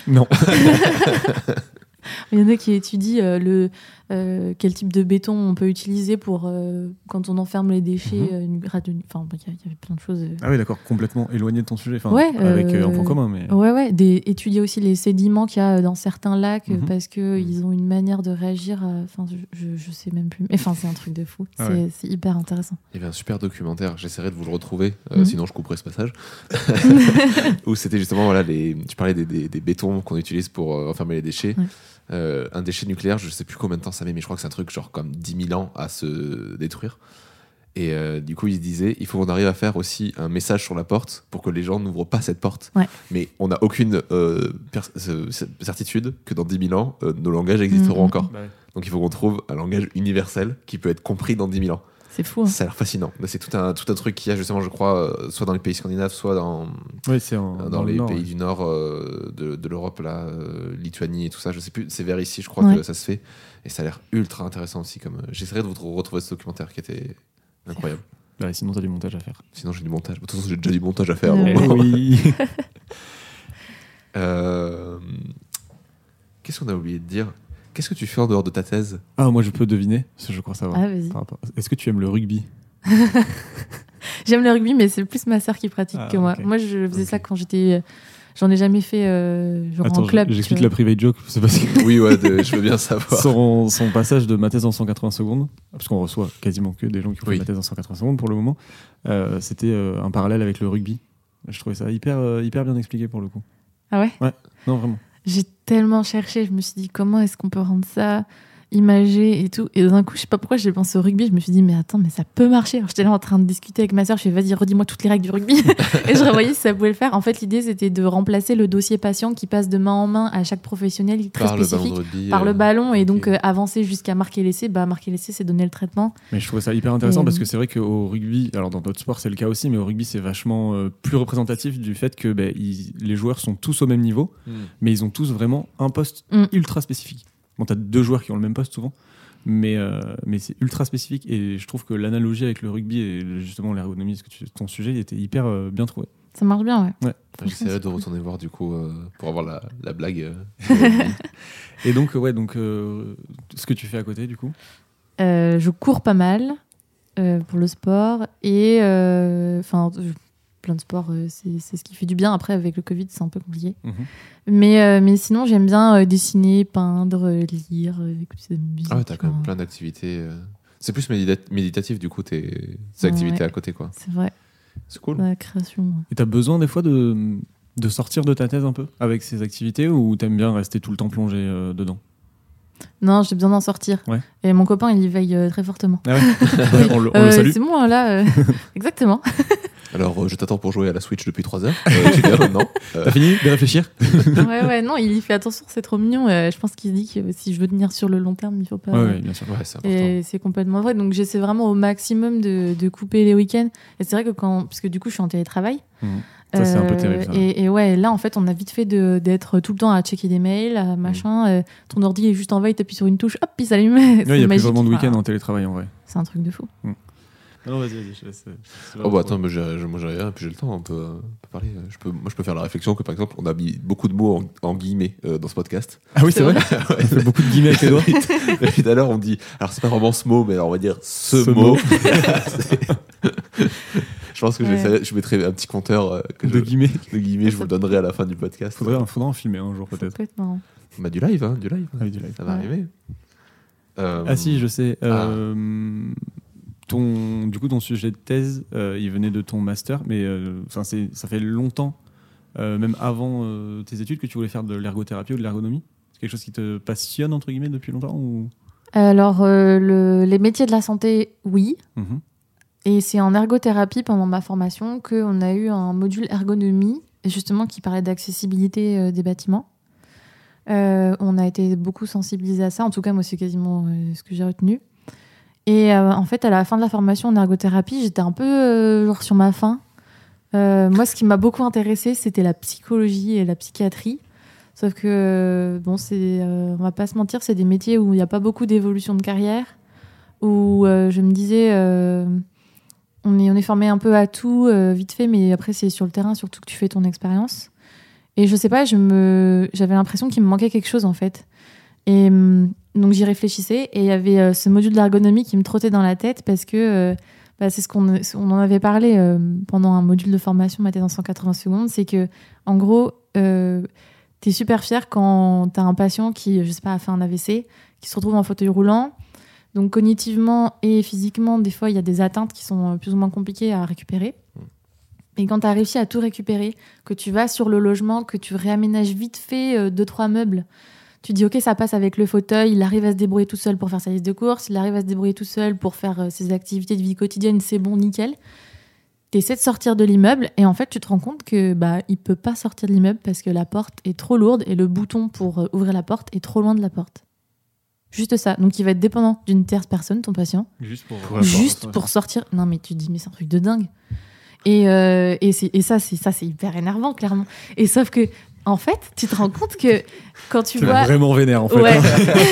Il y en a qui étudient quel type de béton on peut utiliser pour quand on enferme les déchets. Enfin, il y avait plein de choses. Ah oui, d'accord, complètement éloigné de ton sujet. Enfin, ouais, avec un point commun. Mais... Ouais. Étudier aussi les sédiments qu'il y a dans certains lacs parce qu'ils ont une manière de réagir. Enfin, je sais même plus. Enfin, c'est un truc de fou. C'est hyper intéressant. Il y avait un super documentaire, j'essaierai de vous le retrouver, sinon je couperai ce passage. Où c'était justement, voilà, tu parlais des bétons qu'on utilise pour enfermer les déchets. Ouais. Un déchet nucléaire, je sais plus combien de temps ça met, mais je crois que c'est un truc genre comme 10 000 ans à se détruire. Et du coup, il se disait, il faut qu'on arrive à faire aussi un message sur la porte pour que les gens n'ouvrent pas cette porte. Ouais. Mais on n'a aucune certitude que dans 10 000 ans, nos langages existeront encore. Bah ouais. Donc il faut qu'on trouve un langage universel qui peut être compris dans 10 000 ans. C'est fou. Hein. Ça a l'air fascinant. C'est tout un truc qu'il y a justement, je crois, soit dans les pays scandinaves, soit dans les Nord, pays du nord de l'Europe, là, Lituanie et tout ça. Je sais plus, c'est vers ici, je crois que ça se fait. Et ça a l'air ultra intéressant aussi. J'essaierai de vous retrouver ce documentaire qui était incroyable. Bah, sinon, t'as du montage à faire. Sinon, j'ai du montage. De toute façon, j'ai déjà du montage à faire. Oui. Qu'est-ce qu'on a oublié de dire ? Qu'est-ce que tu fais en dehors de ta thèse ? Ah, moi, je peux deviner, parce que je crois savoir. Ah, vas-y. Est-ce que tu aimes le rugby ? J'aime le rugby, mais c'est plus ma sœur qui pratique que moi. Okay. Moi, je faisais ça quand j'étais... J'en ai jamais fait en club. J'explique la private joke. C'est parce que Oui, je veux bien savoir. Son passage de ma thèse en 180 secondes, parce qu'on reçoit quasiment que des gens qui ont fait ma thèse en 180 secondes pour le moment, c'était un parallèle avec le rugby. Je trouvais ça hyper bien expliqué pour le coup. Ah ouais ? Ouais, non, vraiment. J'ai tellement cherché, je me suis dit comment est-ce qu'on peut rendre ça imagé et tout. Et d'un coup, je sais pas pourquoi j'ai pensé au rugby, je me suis dit mais attends, mais ça peut marcher. Alors, j'étais là en train de discuter avec ma sœur, je fais vas-y, redis-moi toutes les règles du rugby. Et je revoyais si ça pouvait le faire. En fait, l'idée c'était de remplacer le dossier patient qui passe de main en main à chaque professionnel très spécifique par le ballon et donc avancer jusqu'à marquer l'essai. Marquer l'essai, c'est donner le traitement. Mais je trouvais ça hyper intéressant parce que c'est vrai qu'au rugby, alors dans d'autres sports c'est le cas aussi, mais au rugby c'est vachement plus représentatif du fait que les joueurs sont tous au même niveau, mais ils ont tous vraiment un poste ultra spécifique. Bon, t'as 2 joueurs qui ont le même poste souvent, mais c'est ultra spécifique et je trouve que l'analogie avec le rugby et justement l'ergonomie, ton sujet était hyper bien trouvé. Ça marche bien, ouais. J'essaierai de retourner voir du coup pour avoir la blague. Et donc, ce que tu fais à côté du coup je cours pas mal pour le sport et plein de sports, c'est ce qui fait du bien. Après, avec le Covid, c'est un peu compliqué. Mais sinon, j'aime bien dessiner, peindre, lire, écouter de la musique. Ah ouais, t'as quand même plein d'activités. C'est plus méditatif, du coup, tes activités à côté, quoi. C'est vrai. C'est cool. La création. Et t'as besoin, des fois, de sortir de ta thèse un peu avec ces activités ou t'aimes bien rester tout le temps plongé dedans ? Non, j'ai besoin d'en sortir. Ouais. Et mon copain, il y veille très fortement. Ah ouais. On le salue. C'est bon, là. Exactement. Alors, je t'attends pour jouer à la Switch depuis 3 heures. Tu viens maintenant. T'as fini de réfléchir ? Ouais, non, il y fait attention, c'est trop mignon. Je pense qu'il se dit que si je veux tenir sur le long terme, il faut pas. Ouais, bien sûr. Ouais, c'est important. Et c'est complètement vrai. Donc, j'essaie vraiment au maximum de couper les week-ends. Et c'est vrai que parce que du coup, je suis en télétravail. Ça, c'est un peu terrible. Ça. Et ouais, là, en fait, on a vite fait d'être tout le temps à checker des mails, machin. Ton ordi est juste en veille, t'appuies sur une touche, hop, il s'allume. Il y a plus vraiment de week-end en télétravail, en vrai. C'est un truc de fou. Non, vas-y, je laisse. Attends, moi j'ai rien, puis j'ai le temps, on peut parler. Moi, je peux faire la réflexion que, par exemple, on a mis beaucoup de mots en guillemets dans ce podcast. Ah oui, c'est vrai. On fait beaucoup de guillemets avec les doigts. Et tout à l'heure, on dit, alors c'est pas vraiment ce mot, mais alors on va dire ce mot. Je pense que je mettrai un petit compteur de guillemets. Je vous le donnerai à la fin du podcast. Faudrait en filmer un jour, peut-être. Ça peut être marrant. Du live. Ah oui, du live. Ça va arriver. Ah si, je sais. Du coup, ton sujet de thèse, il venait de ton master, mais ça fait longtemps, même avant tes études, que tu voulais faire de l'ergothérapie ou de l'ergonomie. C'est quelque chose qui te passionne, entre guillemets, depuis longtemps ou... Alors, les métiers de la santé, oui. Et c'est en ergothérapie, pendant ma formation, qu'on a eu un module ergonomie, justement, qui parlait d'accessibilité des bâtiments. On a été beaucoup sensibilisés à ça. En tout cas, moi, c'est quasiment ce que j'ai retenu. Et en fait, à la fin de la formation en ergothérapie, j'étais un peu genre sur ma faim. Moi, ce qui m'a beaucoup intéressée, c'était la psychologie et la psychiatrie. Sauf que, bon, on va pas se mentir, c'est des métiers où il n'y a pas beaucoup d'évolution de carrière, où je me disais, on est formé un peu à tout, vite fait, mais après, c'est sur le terrain, surtout que tu fais ton expérience. Et je sais pas, j'avais l'impression qu'il me manquait quelque chose, en fait. Et donc, j'y réfléchissais, et il y avait ce module d'ergonomie qui me trottait dans la tête, parce que c'est on en avait parlé pendant un module de formation Maths en 180 secondes, c'est que, en gros, t'es super fier quand t'as un patient qui, je sais pas, a fait un AVC, qui se retrouve en fauteuil roulant. Donc, cognitivement et physiquement, des fois, il y a des atteintes qui sont plus ou moins compliquées à récupérer. Et quand t'as réussi à tout récupérer, que tu vas sur le logement, que tu réaménages vite fait 2-3 meubles, tu dis, OK, ça passe avec le fauteuil, il arrive à se débrouiller tout seul pour faire sa liste de courses, il arrive à se débrouiller tout seul pour faire ses activités de vie quotidienne, c'est bon, nickel. T'essaies de sortir de l'immeuble et en fait, tu te rends compte que il peut pas sortir de l'immeuble parce que la porte est trop lourde et le bouton pour ouvrir la porte est trop loin de la porte. Juste ça. Donc, il va être dépendant d'une tierce personne, ton patient. Juste pour sortir. Non, mais tu te dis, mais c'est un truc de dingue. Et ça, c'est hyper énervant, clairement. Et sauf que, en fait, tu te rends compte que quand tu vois... vraiment vénère, en fait. Ouais.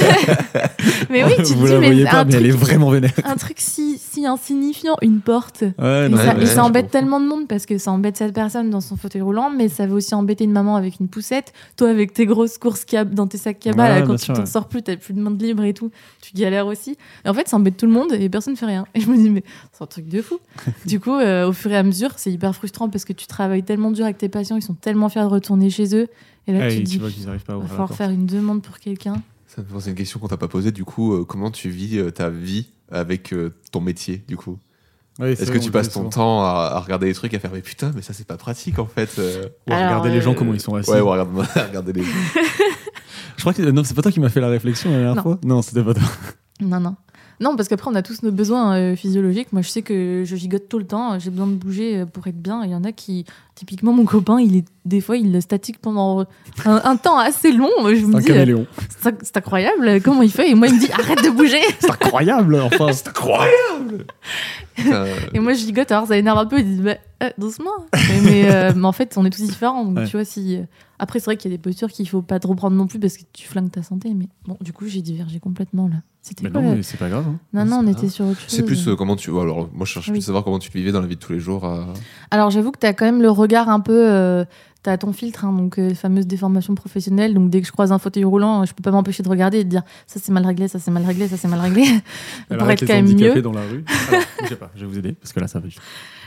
Mais oui, tu te Vous dis, la voyez mais pas, mais elle est vraiment vénère. un truc si insignifiant, une porte. Ouais, Et ça embête tellement de monde parce que ça embête cette personne dans son fauteuil roulant, mais ça va aussi embêter une maman avec une poussette. Toi, avec tes grosses courses dans tes sacs cabas, là, quand tu t'en sors plus, t'as plus de main de libre et tout, tu galères aussi. Et en fait, ça embête tout le monde et personne ne fait rien. Et je me dis, mais c'est un truc de fou. Du coup, au fur et à mesure, c'est hyper frustrant parce que tu travailles tellement dur avec tes patients, ils sont tellement fiers de retourner chez eux. Et là, tu te dis, il va falloir faire une demande pour quelqu'un. Ça me fait penser à une question qu'on t'a pas posée. Du coup, comment tu vis ta vie avec ton métier, du coup? Est-ce que tu passes ton temps à regarder les trucs, à faire mais putain, mais ça c'est pas pratique en fait ou à regarder les gens comment ils sont assis. Ouais, ou à regarder les gens. Je crois que non, c'est pas toi qui m'as fait la réflexion la dernière fois. Non, c'était pas toi. Non, parce qu'après, on a tous nos besoins physiologiques. Moi, je sais que je gigote tout le temps. J'ai besoin de bouger pour être bien. Il y en a qui... Typiquement, mon copain, des fois, il est statique pendant un temps assez long. Je me dis, caméléon. C'est incroyable. Comment il fait? Et moi, il me dit, arrête de bouger. C'est incroyable, enfin. C'est incroyable. Et moi, je gigote. Alors, ça énerve un peu. Il dit, doucement. Mais en fait, on est tous différents. Donc, tu vois, si... Après, c'est vrai qu'il y a des postures qu'il faut pas trop prendre non plus parce que tu flingues ta santé. Mais bon, du coup, j'ai divergé complètement là. Mais c'est pas grave. Hein. Non, on était sur autre chose. C'est plus comment tu... Alors, moi, je cherche plus à savoir comment tu vivais dans la vie de tous les jours. Alors, j'avoue que tu as quand même le regard un peu... tu as ton filtre, hein, donc fameuse déformation professionnelle. Donc, dès que je croise un fauteuil roulant, je peux pas m'empêcher de regarder et de dire ça c'est mal réglé, ça c'est mal réglé, ça c'est mal réglé. Pour être quand même mieux. Dans la rue. Alors, je sais pas, je vais vous aider parce que là, ça va juste.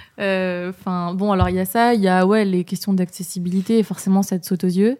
Bon, alors il y a ça, il y a les questions d'accessibilité, et forcément ça te saute aux yeux.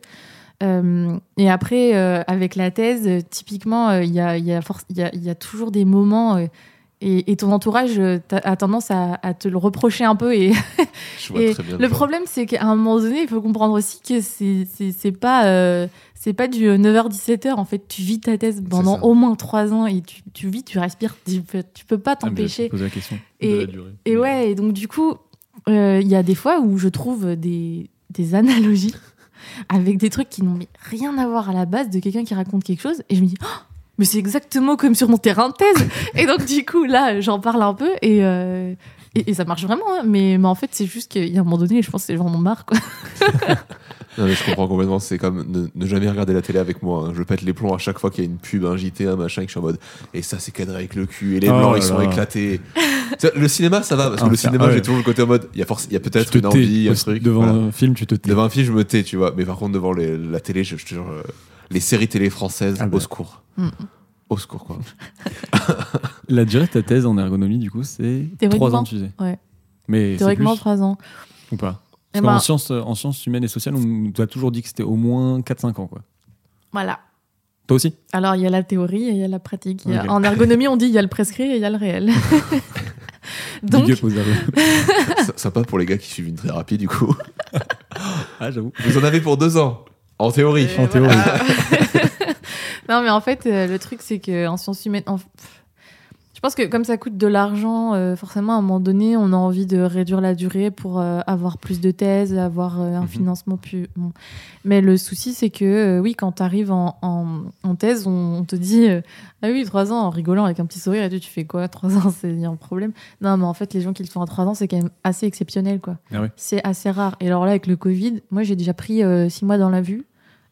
Et après, avec la thèse, typiquement, il y a toujours des moments et ton entourage a tendance à te le reprocher un peu. Et, je vois et très bien le problème, c'est qu'à un moment donné, il faut comprendre aussi que c'est pas du 9h-17h. En fait, tu vis ta thèse pendant au moins 3 ans et tu vis, tu respires, tu peux pas t'empêcher. Poser la question de la durée. Et donc du coup, il y a des fois où je trouve des analogies avec des trucs qui n'ont rien à voir à la base de quelqu'un qui raconte quelque chose et je me dis mais c'est exactement comme sur mon terrain de thèse. Et donc du coup là j'en parle un peu et ça marche vraiment hein. Mais en fait c'est juste qu'il y a un moment donné je pense que les gens en ont marre quoi. Non mais je comprends complètement, c'est comme ne jamais regarder la télé avec moi, hein. Je pète les plombs à chaque fois qu'il y a une pub, un JT, un machin, et que je suis en mode et ça c'est cadré avec le cul et les blancs ils sont éclatés. Le cinéma ça va parce que le cinéma j'ai toujours le côté en mode il y a peut-être une envie, un truc. Devant un film tu te tais. Devant un film je me tais tu vois, mais par contre devant la télé je te jure les séries télé françaises au secours. Au secours quoi. La durée de ta thèse en ergonomie du coup c'est 3 ans tu disais. Ouais. Mais théoriquement 3 ans. Ou pas? Parce en sciences humaines et sociales, on t'a toujours dit que c'était au moins 4-5 ans. Quoi. Voilà. Toi aussi? Alors, il y a la théorie et il y a la pratique. En ergonomie, on dit il y a le prescrit et il y a le réel. Donc... Sympa pour les gars qui suivent une thérapie, du coup. Ah, j'avoue. Vous en avez pour 2 ans, en théorie. En théorie. Non, mais en fait, le truc, c'est qu'en sciences humaines... Je pense que comme ça coûte de l'argent, forcément, à un moment donné, on a envie de réduire la durée pour avoir plus de thèses, avoir un financement plus... Bon. Mais le souci, c'est que, oui, quand tu arrives en thèse, on te dit « Ah oui, 3 ans, en rigolant avec un petit sourire, et tu fais quoi 3 ans, il y a un problème ?» Non, mais en fait, les gens qui le font à 3 ans, c'est quand même assez exceptionnel, quoi. Ah ouais. C'est assez rare. Et alors là, avec le Covid, moi, j'ai déjà pris 6 mois dans la vue.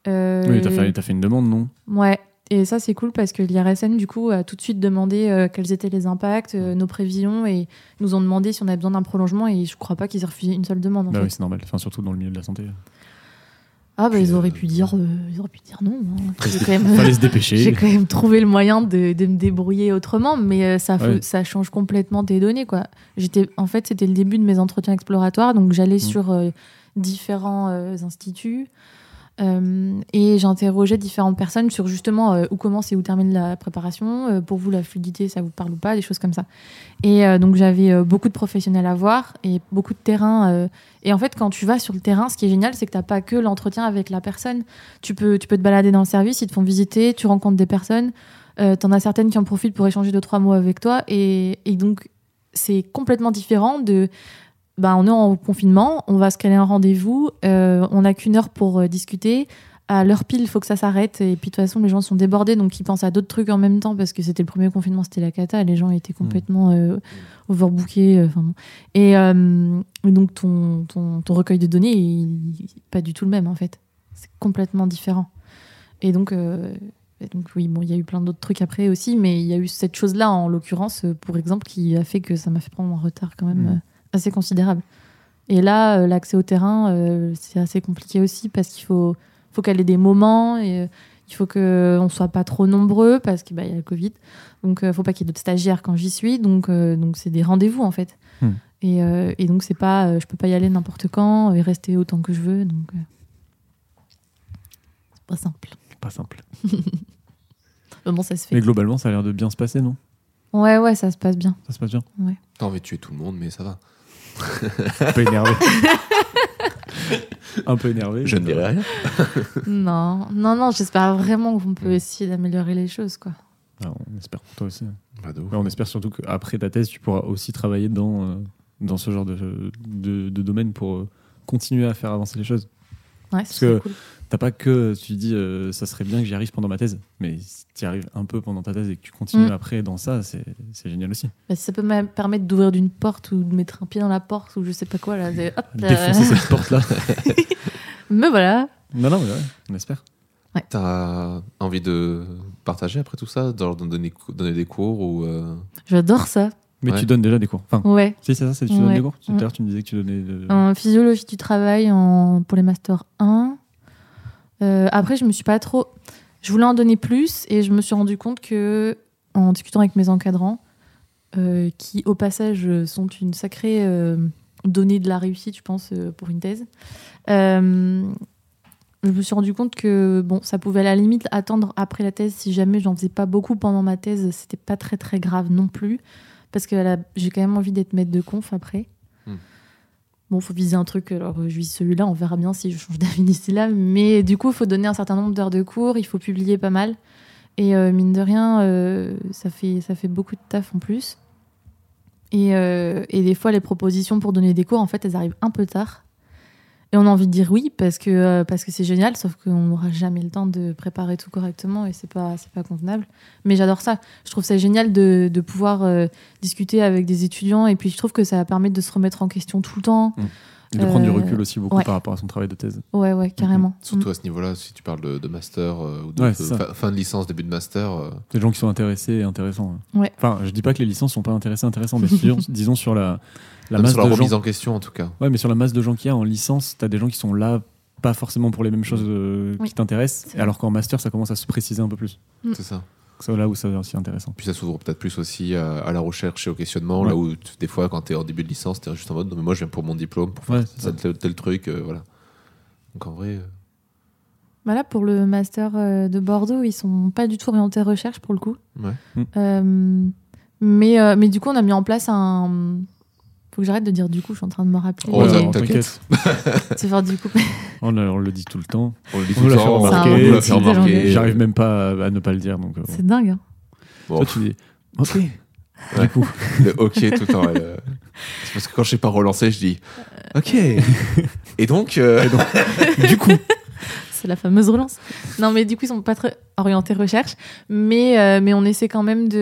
Oui, t'as fait une demande, non ? Ouais. Et ça, c'est cool parce que l'IRSN, du coup, a tout de suite demandé quels étaient les impacts, nos prévisions, et nous ont demandé si on avait besoin d'un prolongement, et je crois pas qu'ils aient refusé une seule demande. En fait. Oui, c'est normal. Enfin, surtout dans le milieu de la santé. Ah, bah, ils auraient pu dire non. Hein. Fallait se dépêcher. J'ai quand même trouvé le moyen de me débrouiller autrement, mais ça change complètement tes données, quoi. En fait, c'était le début de mes entretiens exploratoires, donc j'allais sur différents instituts. Et j'interrogeais différentes personnes sur justement où commence et où termine la préparation. Pour vous, la fluidité, ça vous parle ou pas, des choses comme ça. Et donc, j'avais beaucoup de professionnels à voir et beaucoup de terrain. Et en fait, quand tu vas sur le terrain, ce qui est génial, c'est que tu n'as pas que l'entretien avec la personne. Tu peux te balader dans le service, ils te font visiter, tu rencontres des personnes. T'en as certaines qui en profitent pour échanger 2-3 mots avec toi. Et donc, c'est complètement différent de... on est en confinement, on va se caler un rendez-vous, on n'a qu'1 heure pour discuter. À l'heure pile, il faut que ça s'arrête. Et puis de toute façon, les gens sont débordés, donc ils pensent à d'autres trucs en même temps parce que c'était le premier confinement, c'était la cata. Les gens étaient complètement overbookés. Et donc ton recueil de données, il est pas du tout le même en fait. C'est complètement différent. Et donc oui, bon, il y a eu plein d'autres trucs après aussi, mais il y a eu cette chose-là en l'occurrence, pour exemple, qui a fait que ça m'a fait prendre un retard quand même. Assez considérable. Et là, l'accès au terrain, c'est assez compliqué aussi parce qu'il faut caler des moments et il faut qu'on ne soit pas trop nombreux parce qu'il y a le Covid. Donc, il ne faut pas qu'il y ait d'autres stagiaires quand j'y suis. Donc c'est des rendez-vous, en fait. Et donc, c'est pas, je ne peux pas y aller n'importe quand et rester autant que je veux. Donc, c'est pas simple. Pas simple. Mais bon, ça se fait. Mais globalement, ça a l'air de bien se passer, non ? Ouais, ça se passe bien. Ça se passe bien. Ouais. T'as envie de tuer tout le monde, mais ça va. Un peu énervé. Un peu énervé. Je ne dirai rien. Non, j'espère vraiment qu'on peut essayer d'améliorer les choses, quoi. Alors, on espère pour toi aussi. Ouais, on espère surtout qu'après ta thèse, tu pourras aussi travailler dans ce genre de domaine pour continuer à faire avancer les choses. Ouais, parce que cool. T'as pas que tu dis ça serait bien que j'y arrive pendant ma thèse, mais si tu y arrives un peu pendant ta thèse et que tu continues après dans ça, c'est génial aussi. Bah, si ça peut me permettre d'ouvrir d'une porte ou de mettre un pied dans la porte ou je sais pas quoi là, défoncer cette porte là. Mais voilà. Non mais ouais, on espère. Ouais. T'as envie de partager après tout ça, genre de donner des cours ou J'adore ça. Mais tu donnes déjà des cours. Enfin, ouais. Si c'est ça, tu donnes des cours. Tout à l'heure tu me disais que tu donnais en physiologie du travail pour les masters 1. Après, je me suis pas trop. Je voulais en donner plus et je me suis rendu compte que, en discutant avec mes encadrants, qui au passage sont une sacrée donnée de la réussite, je pense, pour une thèse, je me suis rendu compte que ça pouvait à la limite attendre après la thèse. Si jamais j'en faisais pas beaucoup pendant ma thèse, c'était pas très très grave non plus, parce que j'ai quand même envie d'être maître de conf après. Bon, il faut viser un truc, alors je vise celui-là, on verra bien si je change d'avis d'ici là, mais du coup, il faut donner un certain nombre d'heures de cours, il faut publier pas mal, et mine de rien, ça fait beaucoup de taf en plus. Et des fois, les propositions pour donner des cours, en fait, elles arrivent un peu tard. Et on a envie de dire oui, parce que c'est génial, sauf qu'on n'aura jamais le temps de préparer tout correctement et c'est pas convenable. Mais j'adore ça. Je trouve ça génial de pouvoir discuter avec des étudiants, et puis je trouve que ça permet de se remettre en question tout le temps. Et de prendre du recul aussi beaucoup par rapport à son travail de thèse. Ouais, carrément. Surtout à ce niveau-là, si tu parles de master ou de fin de licence, début de master. Des gens qui sont intéressés et intéressants. Ouais. Enfin, je dis pas que les licences sont pas intéressantes, mais disons sur la masse sur la de remise gens. en question en tout cas. Ouais, mais sur la masse de gens qu'il y a en licence, t'as des gens qui sont là pas forcément pour les mêmes choses qui t'intéressent, alors qu'en master ça commence à se préciser un peu plus. C'est ça. C'est là où ça devient aussi intéressant. Puis ça s'ouvre peut-être plus aussi à la recherche et au questionnement, là où des fois quand t'es en début de licence, t'es juste en mode non mais moi je viens pour mon diplôme, pour faire tel truc, voilà. Donc en vrai... Voilà, pour le master de Bordeaux, ils sont pas du tout orientés recherche pour le coup. Ouais. Mais du coup, on a mis en place un... Faut que j'arrête de dire du coup, je suis en train de me rappeler. T'inquiète. C'est faire du coup. On le dit tout le temps. On le dit tout le temps. On l'a fait remarquer. J'arrive même pas à ne pas le dire. Donc, c'est dingue. Hein. Bon. Toi, tu dis OK. Du coup. Le OK tout le temps. C'est parce que quand je sais pas relancer, je dis OK. Et donc du coup. C'est la fameuse relance. Non, mais du coup, ils sont pas très orientés recherche. Mais on essaie quand même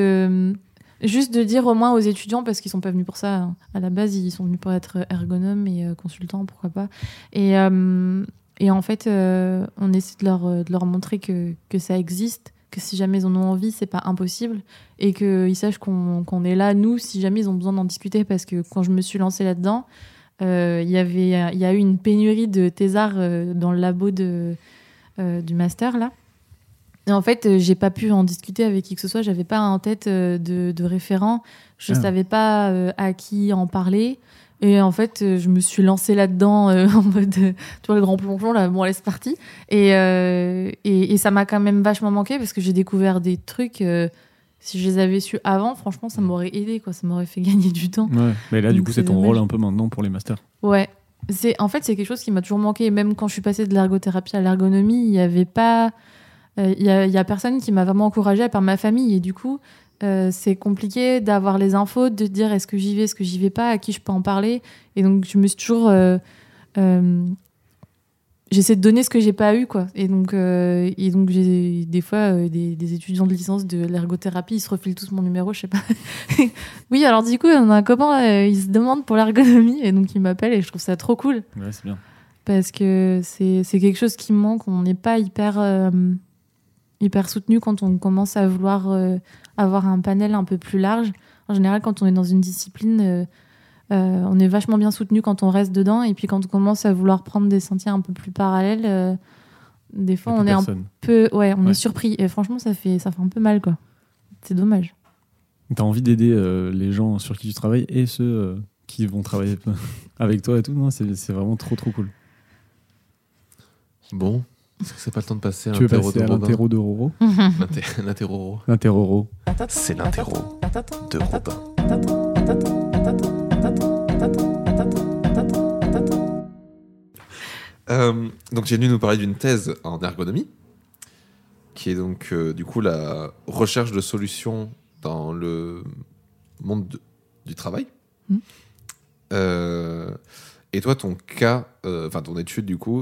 juste de dire au moins aux étudiants, parce qu'ils sont pas venus pour ça. À la base, ils sont venus pour être ergonomes et consultants, pourquoi pas. Et Et en fait, on essaie de leur montrer que ça existe, que si jamais ils en ont envie, c'est pas impossible, et qu'ils sachent qu'on est là, nous, si jamais ils ont besoin d'en discuter, parce que quand je me suis lancée là-dedans, il y a eu une pénurie de thésards dans le labo du master, là. Et en fait, j'ai pas pu en discuter avec qui que ce soit, j'avais pas en tête de référent, je savais pas à qui en parler. Et en fait, je me suis lancée là-dedans en mode, tu vois, le grand plongeon, là, bon, allez, c'est parti. Et ça m'a quand même vachement manqué parce que j'ai découvert des trucs, si je les avais su avant, franchement, ça m'aurait aidé, quoi. Ça m'aurait fait gagner du temps. Ouais. Mais là, du Donc, coup, c'est c'est ton dommage. rôle un peu maintenant pour les masters. Ouais. En fait, c'est quelque chose qui m'a toujours manqué. Même quand je suis passée de l'ergothérapie à l'ergonomie, il y avait pas... Il y a personne qui m'a vraiment encouragée à part ma famille. Et du coup... c'est compliqué d'avoir les infos, de dire est-ce que j'y vais, est-ce que j'y vais pas, à qui je peux en parler. Et donc, je me suis toujours... j'essaie de donner ce que j'ai pas eu, quoi. Et donc j'ai des fois des étudiants de licence de l'ergothérapie, ils se refilent tous mon numéro, je sais pas. Oui, alors du coup, on a un copain, il se demande pour l'ergonomie, et donc il m'appelle, et je trouve ça trop cool. Ouais, c'est bien. Parce que c'est quelque chose qui me manque, on n'est pas hyper soutenu quand on commence à vouloir avoir un panel un peu plus large. En général, quand on est dans une discipline, on est vachement bien soutenu quand on reste dedans. Et puis quand on commence à vouloir prendre des sentiers un peu plus parallèles, des fois, on est un peu... Ouais, on est surpris. Et franchement, ça fait un peu mal, quoi. C'est dommage. T'as envie d'aider les gens sur qui tu travailles et ceux qui vont travailler avec toi et tout. Non, c'est vraiment trop, trop cool. Bon. Est-ce que c'est pas le temps de passer à tu veux passer à l'interro de Roro? L'interro. L'interro. C'est l'interro de Robin. Donc j'ai venu nous parler d'une thèse en ergonomie, qui est donc du coup la recherche de solutions dans le monde du travail. Et toi, ton cas, ton étude, du coup,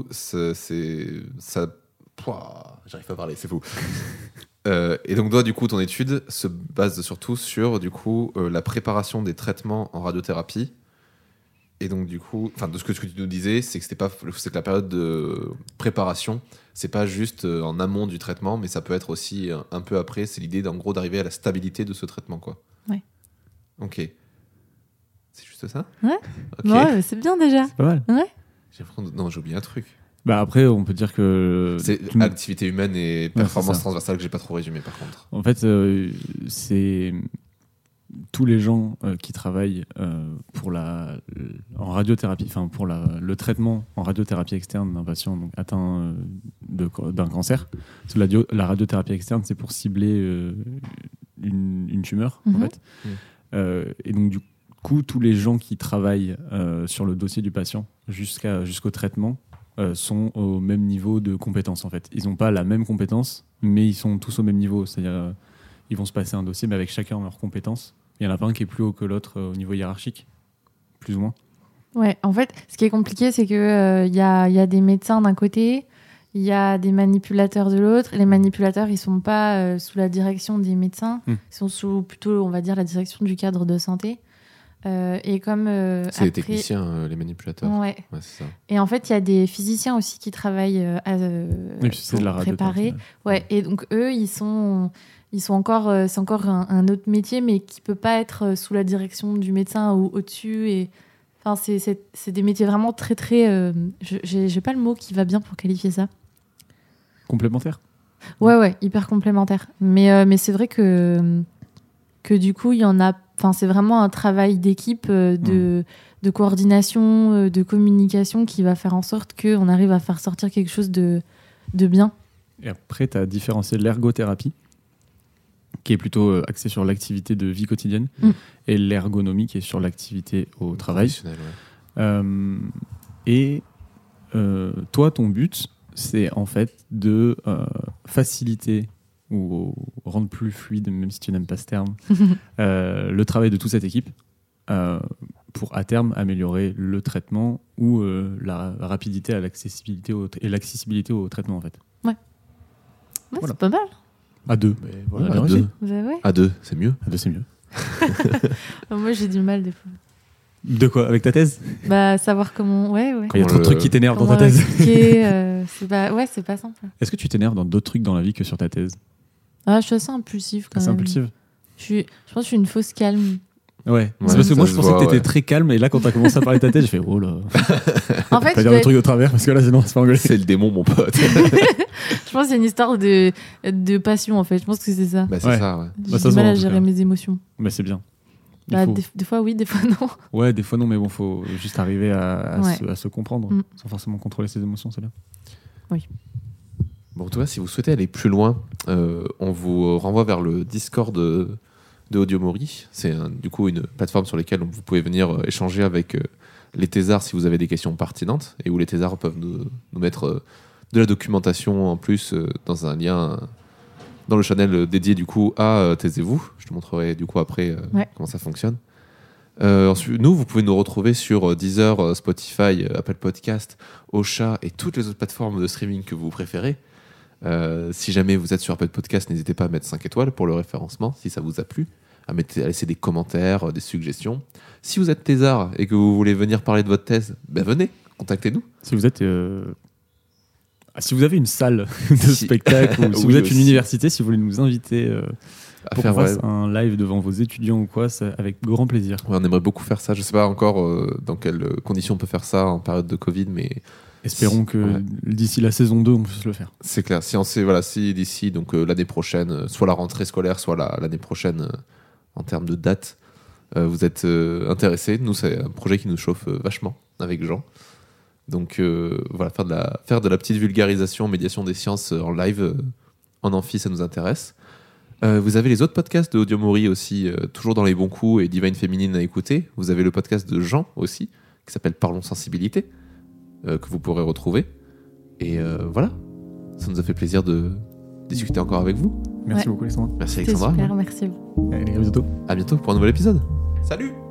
Pouah, j'arrive pas à parler, c'est fou. Et donc, toi, du coup, ton étude se base surtout sur, du coup, la préparation des traitements en radiothérapie. Et donc, du coup, de ce que tu nous disais, c'est que la période de préparation, c'est pas juste en amont du traitement, mais ça peut être aussi un peu après. C'est l'idée, en gros, d'arriver à la stabilité de ce traitement, quoi. Ouais. Ok. C'est juste ça? Ouais. Okay. Ouais, c'est bien déjà. C'est pas mal. Ouais. Non, j'ai oublié un truc. Bah après, on peut dire que... C'est activité humaine et performance transversale que j'ai pas trop résumé, par contre. En fait, c'est tous les gens qui travaillent en radiothérapie, pour le traitement en radiothérapie externe d'un patient donc, atteint d'un cancer. La radiothérapie externe, c'est pour cibler une tumeur, en fait. Et donc, du coup, tous les gens qui travaillent sur le dossier du patient jusqu'au traitement sont au même niveau de compétence, en fait. Ils n'ont pas la même compétence, mais ils sont tous au même niveau. C'est-à-dire, ils vont se passer un dossier, mais avec chacun leurs compétences. Il n'y en a pas un qui est plus haut que l'autre au niveau hiérarchique, plus ou moins. Ouais, en fait, ce qui est compliqué, c'est qu'il y a des médecins d'un côté, il y a des manipulateurs de l'autre. Les manipulateurs, ils ne sont pas sous la direction des médecins, ils sont sous plutôt, on va dire, la direction du cadre de santé. Et comme c'est les techniciens, les manipulateurs. Ouais, c'est ça. Et en fait, il y a des physiciens aussi qui travaillent c'est de la préparer. Ouais, et donc eux, ils sont encore, c'est encore un autre métier, mais qui peut pas être sous la direction du médecin ou au-dessus. Et enfin, c'est des métiers vraiment très très. J'ai pas le mot qui va bien pour qualifier ça. Complémentaire. Ouais, hyper complémentaire. Mais c'est vrai que du coup, il y en a. Enfin, c'est vraiment un travail d'équipe, de coordination, de communication qui va faire en sorte qu'on arrive à faire sortir quelque chose de bien. Et après, tu as différencié l'ergothérapie, qui est plutôt axée sur l'activité de vie quotidienne, et l'ergonomie, qui est sur l'activité au travail. Toi, ton but, c'est en fait de faciliter ou rendre plus fluide, même si tu n'aimes pas ce terme, le travail de toute cette équipe pour, à terme, améliorer le traitement ou la rapidité à l'accessibilité et l'accessibilité au traitement, en fait. Ouais, voilà. C'est pas mal. À deux. Voilà, à deux. Ouais. À deux, c'est mieux. À deux, c'est mieux. Moi, j'ai du mal des fois. De quoi? Avec ta thèse? Bah, savoir comment. Ouais. Quand il y a trop de trucs qui t'énervent dans ta Comment thèse. l'expliquer, c'est pas simple. Est-ce que tu t'énerves dans d'autres trucs dans la vie que sur ta thèse? Ah, je suis assez impulsive quand C'est même. impulsive? Je pense que je suis une fausse calme. Ouais. C'est parce que moi, je pensais que t'étais très calme, et là, quand t'as commencé à parler de ta thèse, j'ai fait oh là. En fait, pas dire le truc de travers, parce que là, sinon, on va se faire engueuler. C'est le démon, mon pote. je pense que c'est une histoire de passion, en fait. Je pense que c'est ça. Bah, c'est ça, ouais. J'ai Bah, ça du se mal voit, à en tout gérer cas. mes émotions. Bah, c'est bien. Bah, des fois oui, des fois non. Ouais, des fois non, mais bon, faut juste arriver à se comprendre Mm. sans forcément contrôler ses émotions, c'est bien. Bon, en tout cas, si vous souhaitez aller plus loin, on vous renvoie vers le Discord de Audiomori. C'est du coup une plateforme sur laquelle vous pouvez venir échanger avec les thésards si vous avez des questions pertinentes et où les thésards peuvent nous mettre de la documentation en plus dans un lien dans le channel dédié du coup à Taisez-vous. Je te montrerai du coup après comment ça fonctionne. Ensuite, vous pouvez nous retrouver sur Deezer, Spotify, Apple Podcast, Ocha et toutes les autres plateformes de streaming que vous préférez. Si jamais vous êtes sur Apple Podcast, n'hésitez pas à mettre 5 étoiles pour le référencement si ça vous a plu, à laisser des commentaires, des suggestions. Si vous êtes thésard et que vous voulez venir parler de votre thèse, ben venez, contactez-nous. Si vous êtes si vous avez une salle de spectacle ou si vous êtes aussi. une université, si vous voulez nous inviter À pour faire, qu'on fasse un live devant vos étudiants ou quoi, avec grand plaisir. Ouais, on aimerait beaucoup faire ça. Je sais pas encore dans quelles conditions on peut faire ça en période de Covid, mais Espérons que d'ici la saison 2, on puisse le faire. c'est clair. Si d'ici donc l'année prochaine, soit la rentrée scolaire, soit l'année prochaine en termes de date, vous êtes intéressés. Nous, c'est un projet qui nous chauffe vachement avec Jean. Donc voilà, faire de la petite vulgarisation, médiation des sciences en live, en amphi, ça nous intéresse. Vous avez les autres podcasts de Audiomori aussi, toujours dans les bons coups et Divine Féminine à écouter. Vous avez le podcast de Jean aussi, qui s'appelle Parlons Sensibilité, que vous pourrez retrouver. Et voilà, ça nous a fait plaisir de discuter encore avec vous. Merci beaucoup, Alexandra. Merci C'était Alexandra. super, merci. Allez, à bientôt. À bientôt pour un nouvel épisode. Salut!